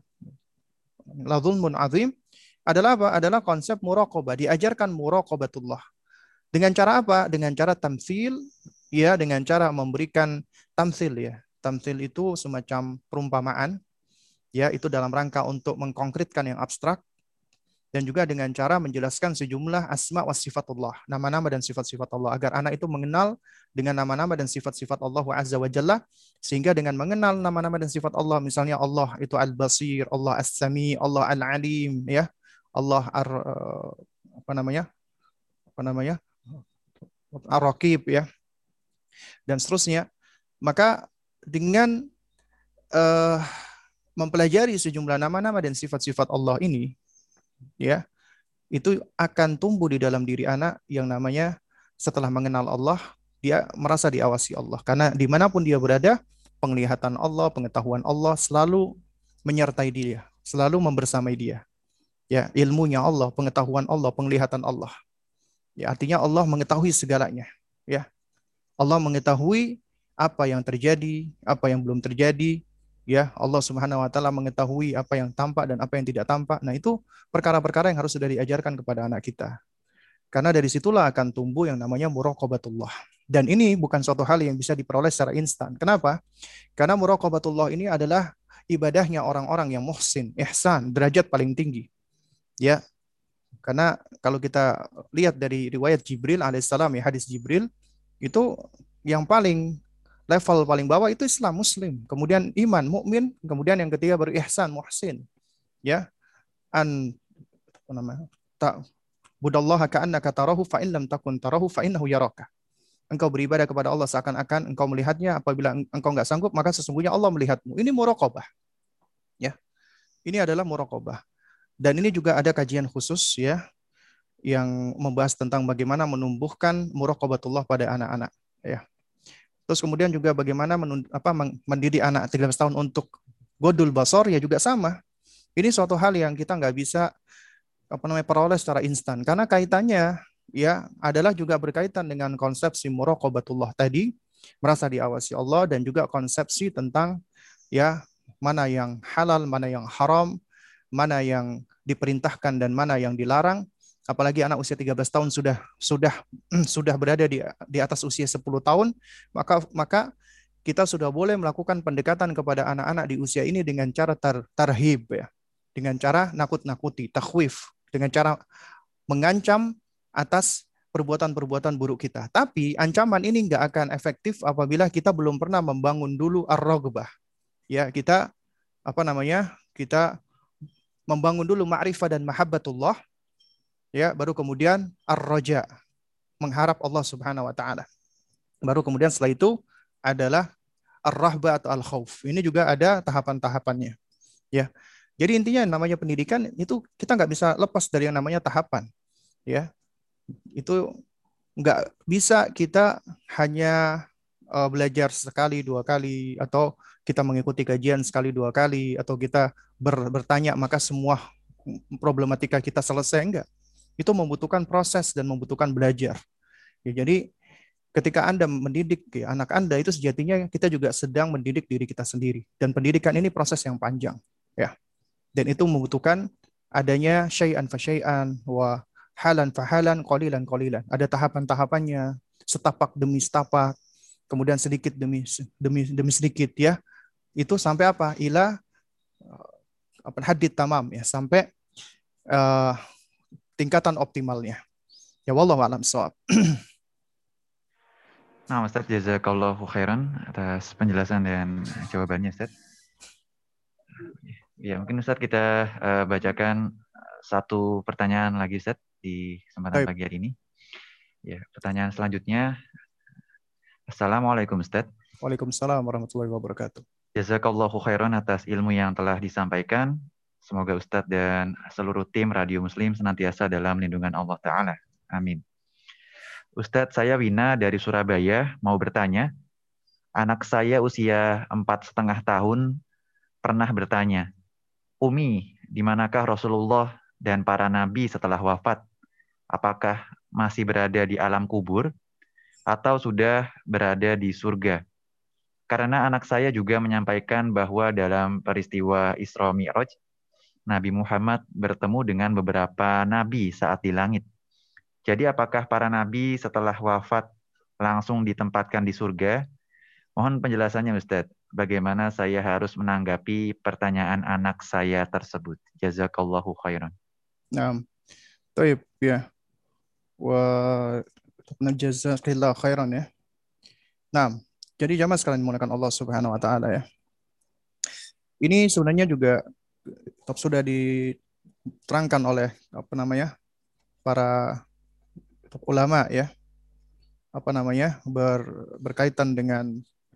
S2: la dzulmun azim adalah apa? Adalah konsep muraqabah, diajarkan muraqabatullah. Dengan cara apa? Dengan cara tamtsil, ya, dengan cara memberikan tamtsil ya. Tamtsil itu semacam perumpamaan, ya, itu dalam rangka untuk mengkonkretkan yang abstrak, dan juga dengan cara menjelaskan sejumlah asma wa sifatullah, nama-nama dan sifat-sifat Allah, agar anak itu mengenal dengan nama-nama dan sifat-sifat Allah Azza wa Jalla, sehingga dengan mengenal nama-nama dan sifat Allah, misalnya Allah itu Al-Basir, Allah As-Sami, Allah Al-Alim, ya, Allah ar, apa namanya? Apa namanya? Ar-Raqib ya. Dan seterusnya. Maka dengan uh, mempelajari sejumlah nama-nama dan sifat-sifat Allah ini, ya, itu akan tumbuh di dalam diri anak yang namanya setelah mengenal Allah, dia merasa diawasi Allah. Karena dimanapun dia berada, penglihatan Allah, pengetahuan Allah selalu menyertai dia, selalu membersamai dia. Ya, ilmunya Allah, pengetahuan Allah, penglihatan Allah. Ya, artinya Allah mengetahui segalanya. Ya, Allah mengetahui apa yang terjadi, apa yang belum terjadi. Ya, Allah Subhanahu wa taala mengetahui apa yang tampak dan apa yang tidak tampak. Nah, itu perkara-perkara yang harus sudah diajarkan kepada anak kita. Karena dari situlah akan tumbuh yang namanya muraqabatullah. Dan ini bukan suatu hal yang bisa diperoleh secara instan. Kenapa? Karena muraqabatullah ini adalah ibadahnya orang-orang yang muhsin, ihsan, derajat paling tinggi. Ya, karena kalau kita lihat dari riwayat Jibril alaihissalam, ya, hadis Jibril, itu yang paling level paling bawah itu Islam Muslim, kemudian iman mukmin, kemudian yang ketiga baru ihsan muhsin. Ya, an apa namanya? Tak budallaha ka'annaka tarahu fa in lam takun tarahu fa innahu yaraka. Engkau beribadah kepada Allah seakan-akan engkau melihatnya, apabila engkau enggak sanggup maka sesungguhnya Allah melihatmu. Ini muraqabah. Ya. Ini adalah muraqabah. Dan ini juga ada kajian khusus, ya, yang membahas tentang bagaimana menumbuhkan muraqabatullah pada anak-anak, ya. Terus kemudian juga bagaimana menund, apa, mendidik anak tiga belas tahun untuk godul basar, ya juga sama. Ini suatu hal yang kita nggak bisa apa namanya peroleh secara instan, karena kaitannya, ya, adalah juga berkaitan dengan konsepsi muraqabatullah tadi, merasa diawasi Allah, dan juga konsepsi tentang, ya, mana yang halal, mana yang haram, mana yang diperintahkan dan mana yang dilarang. Apalagi anak usia tiga belas tahun sudah sudah sudah berada di di atas usia sepuluh tahun, maka maka kita sudah boleh melakukan pendekatan kepada anak-anak di usia ini dengan cara tar, tarhib, ya. Dengan cara nakut-nakuti, takhwif, dengan cara mengancam atas perbuatan-perbuatan buruk kita. Tapi ancaman ini nggak akan efektif apabila kita belum pernah membangun dulu ar-raghbah. Ya, kita apa namanya? Kita membangun dulu ma'rifah dan mahabbatullah, ya, baru kemudian ar-raja, mengharap Allah Subhanahu wa taala. Baru kemudian setelah itu adalah ar-rahbah atau al-khauf. Ini juga ada tahapan-tahapannya, ya. Jadi intinya namanya pendidikan itu kita nggak bisa lepas dari yang namanya tahapan, ya. Itu nggak bisa kita hanya uh, belajar sekali dua kali, atau kita mengikuti kajian sekali dua kali, atau kita ber, bertanya maka semua problematika kita selesai. Enggak. Itu membutuhkan proses dan membutuhkan belajar. Ya, jadi ketika Anda mendidik, ya, anak Anda, itu sejatinya kita juga sedang mendidik diri kita sendiri. Dan pendidikan ini proses yang panjang, ya. Dan itu membutuhkan adanya syai'an fa syai'an wa halan fa halan qalilan qalilan. Ada tahapan-tahapannya, setapak demi setapak, kemudian sedikit demi demi demi sedikit, ya. Itu sampai apa? Ila apa hadid tamam, ya, sampai uh, tingkatan optimalnya. Ya, wallahu a'lam shawab.
S1: Nah, Ustaz, jazakallahu khairan atas penjelasan dan jawabannya, Ustaz. Ya, mungkin Ustaz kita uh, bacakan satu pertanyaan lagi, Ustaz, di kesempatan
S2: Baik.
S1: pagi hari ini. Ya, pertanyaan selanjutnya. Assalamualaikum, Ustaz.
S2: Waalaikumsalam warahmatullahi wabarakatuh.
S1: Jazakallahu khairan atas ilmu yang telah disampaikan. Semoga Ustadz dan seluruh tim Radio Muslim senantiasa dalam lindungan Allah Ta'ala. Amin. Ustadz, saya Wina dari Surabaya mau bertanya. Anak saya usia empat setengah tahun pernah bertanya, Umi, di manakah Rasulullah dan para nabi setelah wafat? Apakah masih berada di alam kubur atau sudah berada di surga? Karena anak saya juga menyampaikan bahwa dalam peristiwa Isra Mi'raj, Nabi Muhammad bertemu dengan beberapa nabi saat di langit. Jadi apakah para nabi setelah wafat langsung ditempatkan di surga? Mohon penjelasannya, Ustadz. Bagaimana saya harus menanggapi pertanyaan anak saya tersebut? Jazakallahu khairan.
S2: Nah, baik, ya. Wa jazakallahu khairan, ya. Nah, jadi jamaah sekalian menggunakan Allah Subhanahu wa taala, ya. Ini sebenarnya juga sudah diterangkan oleh apa namanya? Para ulama, ya. Apa namanya? Ber, berkaitan dengan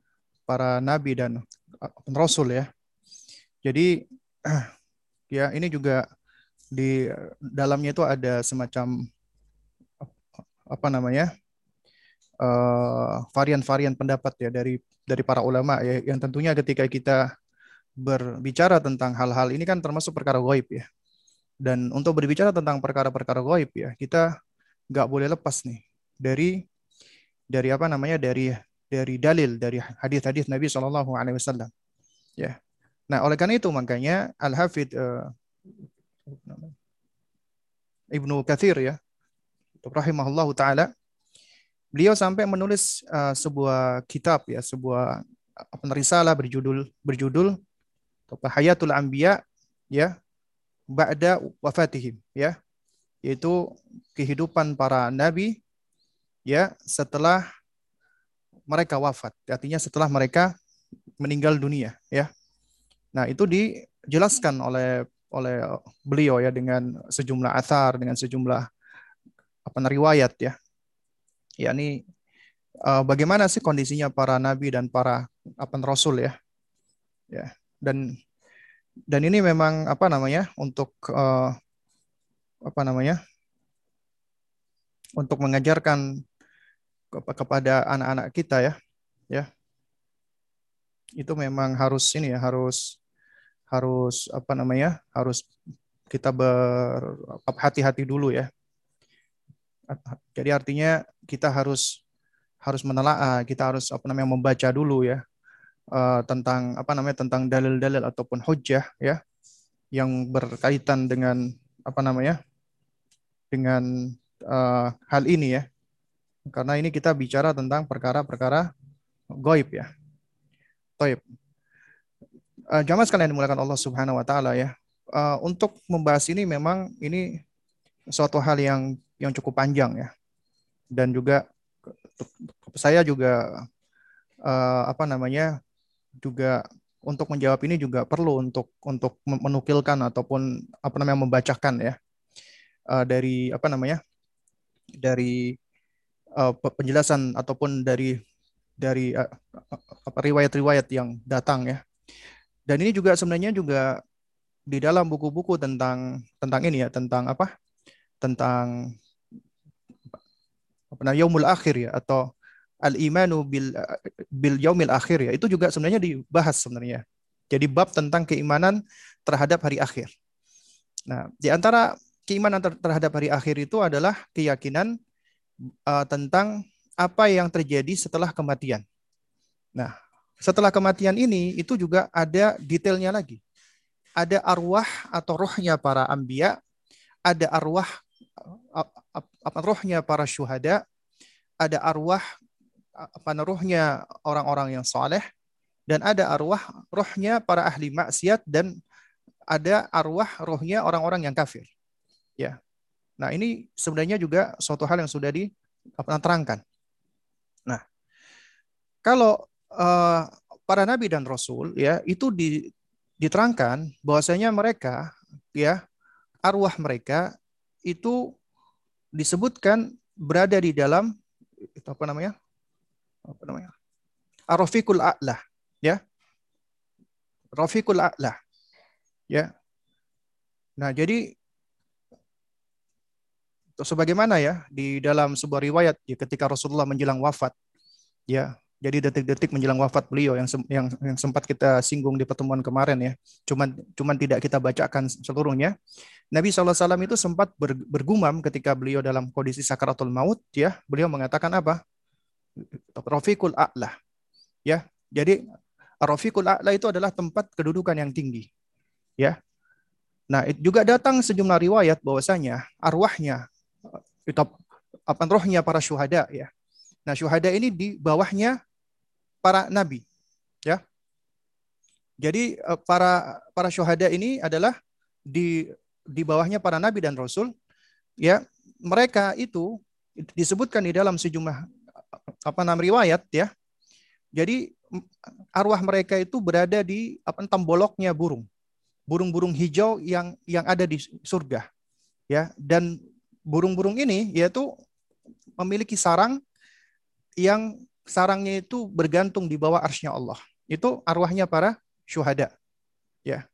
S2: para nabi dan rasul ya. Jadi ya ini juga di dalamnya itu ada semacam apa namanya eh, varian-varian pendapat ya dari dari para ulama ya, yang tentunya ketika kita berbicara tentang hal-hal ini kan termasuk perkara gaib ya. Dan untuk berbicara tentang perkara-perkara gaib ya, kita nggak boleh lepas nih dari dari apa namanya dari dari dalil dari hadis-hadis Nabi Shallallahu Alaihi Wasallam ya. Nah oleh karena itu makanya Al Hafidh uh, Ibnu Katsir ya rahimahullahu taala, beliau sampai menulis uh, sebuah kitab ya, sebuah apa risalah berjudul berjudul Hayatul Anbiya ya ba'da wafatihim ya, yaitu kehidupan para nabi ya setelah mereka wafat, artinya setelah mereka meninggal dunia ya. Nah, itu dijelaskan oleh oleh beliau ya dengan sejumlah athar, dengan sejumlah apa riwayat ya. Yakni uh, bagaimana sih kondisinya para nabi dan para apa rasul ya. Ya. Dan dan ini memang apa namanya untuk uh, apa namanya untuk mengajarkan kepada anak-anak kita ya. Ya. Itu memang harus ini ya, harus harus apa namanya? harus kita berhati-hati dulu ya. Jadi artinya kita harus harus menelaah, kita harus apa namanya membaca dulu ya uh, tentang apa namanya tentang dalil-dalil ataupun hujjah ya yang berkaitan dengan apa namanya dengan uh, hal ini ya. Karena ini kita bicara tentang perkara-perkara gaib ya. Taib. Uh, jamaah sekalian dimuliakan Allah Subhanahu wa taala ya. Uh, untuk membahas ini memang ini suatu hal yang yang cukup panjang ya. Dan juga saya juga uh, apa namanya juga untuk menjawab ini juga perlu untuk untuk menukilkan ataupun apa namanya membacakan ya uh, dari apa namanya dari uh, penjelasan ataupun dari dari uh, apa riwayat-riwayat yang datang ya. Dan ini juga sebenarnya juga di dalam buku-buku tentang tentang ini ya, tentang apa? Tentang apa namanya yaumul akhir ya, atau al-imanu bil bil yaumil akhir ya. Itu juga sebenarnya dibahas sebenarnya. Jadi bab tentang keimanan terhadap hari akhir. Nah, di antara keimanan ter- terhadap hari akhir itu adalah keyakinan uh, tentang apa yang terjadi setelah kematian. Nah, setelah kematian ini itu juga ada detailnya lagi. Ada arwah atau rohnya para anbiya, ada arwah apa rohnya para syuhada, ada arwah apa rohnya orang-orang yang soleh, dan ada arwah rohnya para ahli maksiat, dan ada arwah rohnya orang-orang yang kafir. Ya. Nah, ini sebenarnya juga suatu hal yang sudah diterangkan. Nah, kalau uh, para nabi dan rasul ya itu di, diterangkan bahwasanya mereka ya arwah mereka itu disebutkan berada di dalam itu apa namanya? Apa namanya? Ar-Rafiqul A'la ya. Rafiqul A'la. Ya. Nah, jadi sebagaimana ya di dalam sebuah riwayat ya, ketika Rasulullah menjelang wafat ya. Jadi detik-detik menjelang wafat beliau yang yang yang sempat kita singgung di pertemuan kemarin ya. Cuman cuman tidak kita bacakan seluruhnya. Nabi shallallahu alaihi wasallam itu sempat bergumam ketika beliau dalam kondisi sakaratul maut ya. Beliau mengatakan apa? Rafiqul A'la. Ya. Jadi Rafiqul A'la itu adalah tempat kedudukan yang tinggi. Ya. Nah, juga datang sejumlah riwayat bahwasanya arwahnya itu apa rohnya para syuhada ya. Nah, syuhada ini di bawahnya para nabi, ya. Jadi para para syuhada ini adalah di di bawahnya para nabi dan rasul, ya. Mereka itu disebutkan di dalam sejumlah apa nama riwayat, ya. Jadi arwah mereka itu berada di apa temboloknya burung, burung-burung hijau yang yang ada di surga, ya. Dan burung-burung ini yaitu memiliki sarang yang sarangnya itu bergantung di bawah arsy-Nya Allah. Itu arwahnya para syuhada. Ya.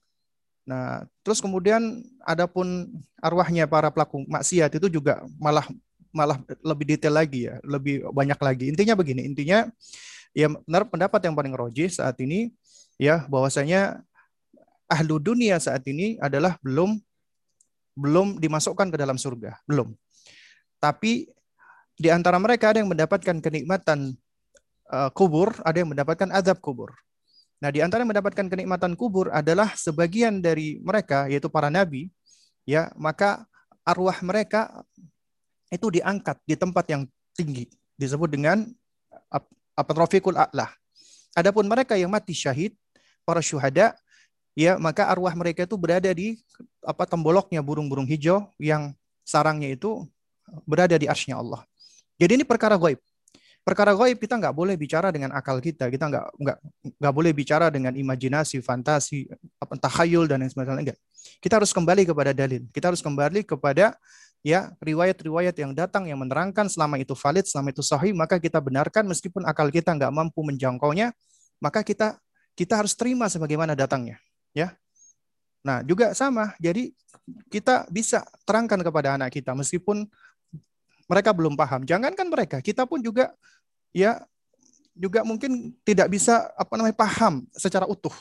S2: Nah, terus kemudian adapun arwahnya para pelaku maksiat itu juga malah malah lebih detail lagi ya, lebih banyak lagi. Intinya begini, intinya ya benar pendapat yang paling rajih saat ini ya bahwasanya ahlu dunia saat ini adalah belum belum dimasukkan ke dalam surga, belum. Tapi di antara mereka ada yang mendapatkan kenikmatan uh, kubur, ada yang mendapatkan azab kubur. Nah, di antara yang mendapatkan kenikmatan kubur adalah sebagian dari mereka, yaitu para nabi, ya, maka arwah mereka itu diangkat di tempat yang tinggi, disebut dengan apa rafiqul a'la. Adapun mereka yang mati syahid, para syuhada, ya, maka arwah mereka itu berada di apa temboloknya burung-burung hijau yang sarangnya itu berada di arsy-Nya Allah. Jadi ini perkara gaib. Perkara gaib kita nggak boleh bicara dengan akal kita, kita nggak nggak nggak boleh bicara dengan imajinasi, fantasi, apa takhayul dan lain sebagainya. Enggak. Kita harus kembali kepada dalil. Kita harus kembali kepada ya riwayat-riwayat yang datang yang menerangkan selama itu valid, selama itu sahih, maka kita benarkan meskipun akal kita nggak mampu menjangkaunya, maka kita kita harus terima sebagaimana datangnya. Ya. Nah, juga sama. Jadi kita bisa terangkan kepada anak kita meskipun mereka belum paham. Jangankan mereka, kita pun juga ya juga mungkin tidak bisa apa namanya paham secara utuh.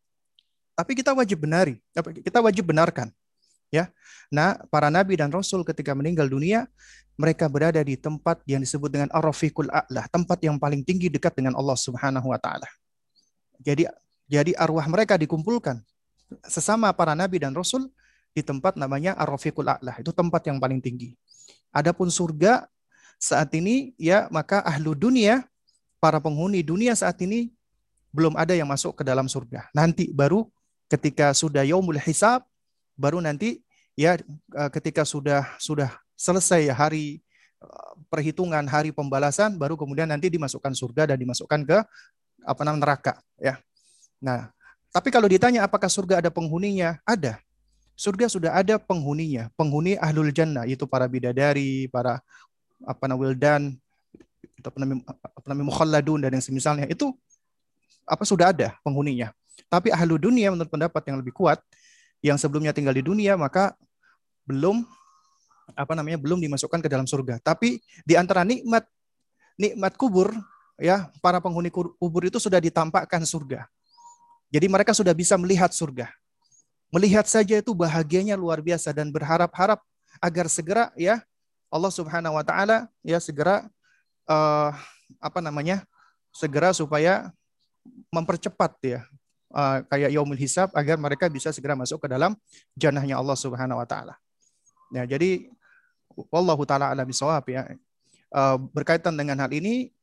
S2: Tapi kita wajib benari, kita wajib benarkan. Ya. Nah, para nabi dan rasul ketika meninggal dunia, mereka berada di tempat yang disebut dengan ar-rafiqul a'la, tempat yang paling tinggi dekat dengan Allah Subhanahu wa taala. Jadi jadi arwah mereka dikumpulkan sesama para nabi dan rasul di tempat namanya ar-rafiqul a'la, itu tempat yang paling tinggi. Adapun surga saat ini ya maka ahlu dunia, para penghuni dunia saat ini belum ada yang masuk ke dalam surga. Nanti baru ketika sudah yaumul hisab, baru nanti ya ketika sudah sudah selesai hari perhitungan, hari pembalasan, baru kemudian nanti dimasukkan surga dan dimasukkan ke apa namanya neraka ya. Nah, tapi kalau ditanya apakah surga ada penghuninya? Ada. Surga sudah ada penghuninya, penghuni ahlul jannah, yaitu para bidadari, para apa namanya wildan, apa namanya apa namanya mukhalladun dan yang semisalnya itu apa sudah ada penghuninya. Tapi ahlu dunia menurut pendapat yang lebih kuat, yang sebelumnya tinggal di dunia maka belum apa namanya belum dimasukkan ke dalam surga. Tapi di antara nikmat nikmat kubur ya, para penghuni kubur itu sudah ditampakkan surga. Jadi mereka sudah bisa melihat surga. Melihat saja itu bahagianya luar biasa dan berharap-harap agar segera ya Allah Subhanahu wa taala ya segera uh, apa namanya? segera supaya mempercepat ya uh, kayak yaumul hisab agar mereka bisa segera masuk ke dalam jannahnya Allah Subhanahu wa taala. Ya, jadi wallahu taala a'lam bishawab ya. Uh, berkaitan dengan hal ini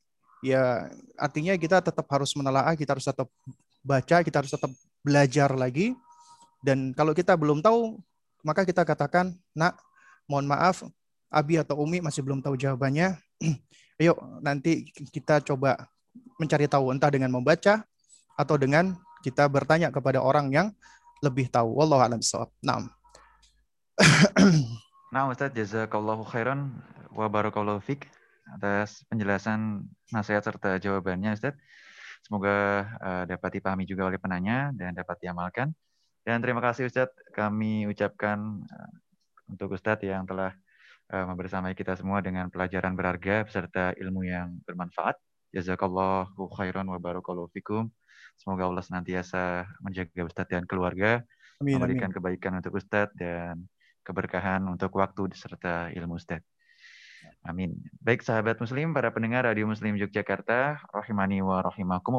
S2: ya artinya kita tetap harus menelaah, kita harus tetap baca, kita harus tetap belajar lagi. Dan kalau kita belum tahu, maka kita katakan, nak, mohon maaf, Abi atau Umi masih belum tahu jawabannya. Ayo nanti kita coba mencari tahu, entah dengan membaca atau dengan kita bertanya kepada orang yang lebih tahu. Wallahu a'lam bishawab. Naam.
S1: Nah, Ustaz, jazakallahu khairan wa barakallahu fik atas penjelasan, nasihat serta jawabannya, Ustaz. Semoga uh, dapat dipahami juga oleh penanya dan dapat diamalkan. Dan terima kasih Ustadz, kami ucapkan uh, untuk Ustadz yang telah uh, membersamai kita semua dengan pelajaran berharga beserta ilmu yang bermanfaat. Jazakallahu khairan wa barakallahu fikum. Semoga Allah senantiasa menjaga Ustadz dan keluarga, amin, memberikan amin. Kebaikan untuk Ustadz dan keberkahan untuk waktu serta ilmu Ustadz. Amin. Baik sahabat muslim, para pendengar Radio Muslim Yogyakarta, rahimani wa rahimakumullah.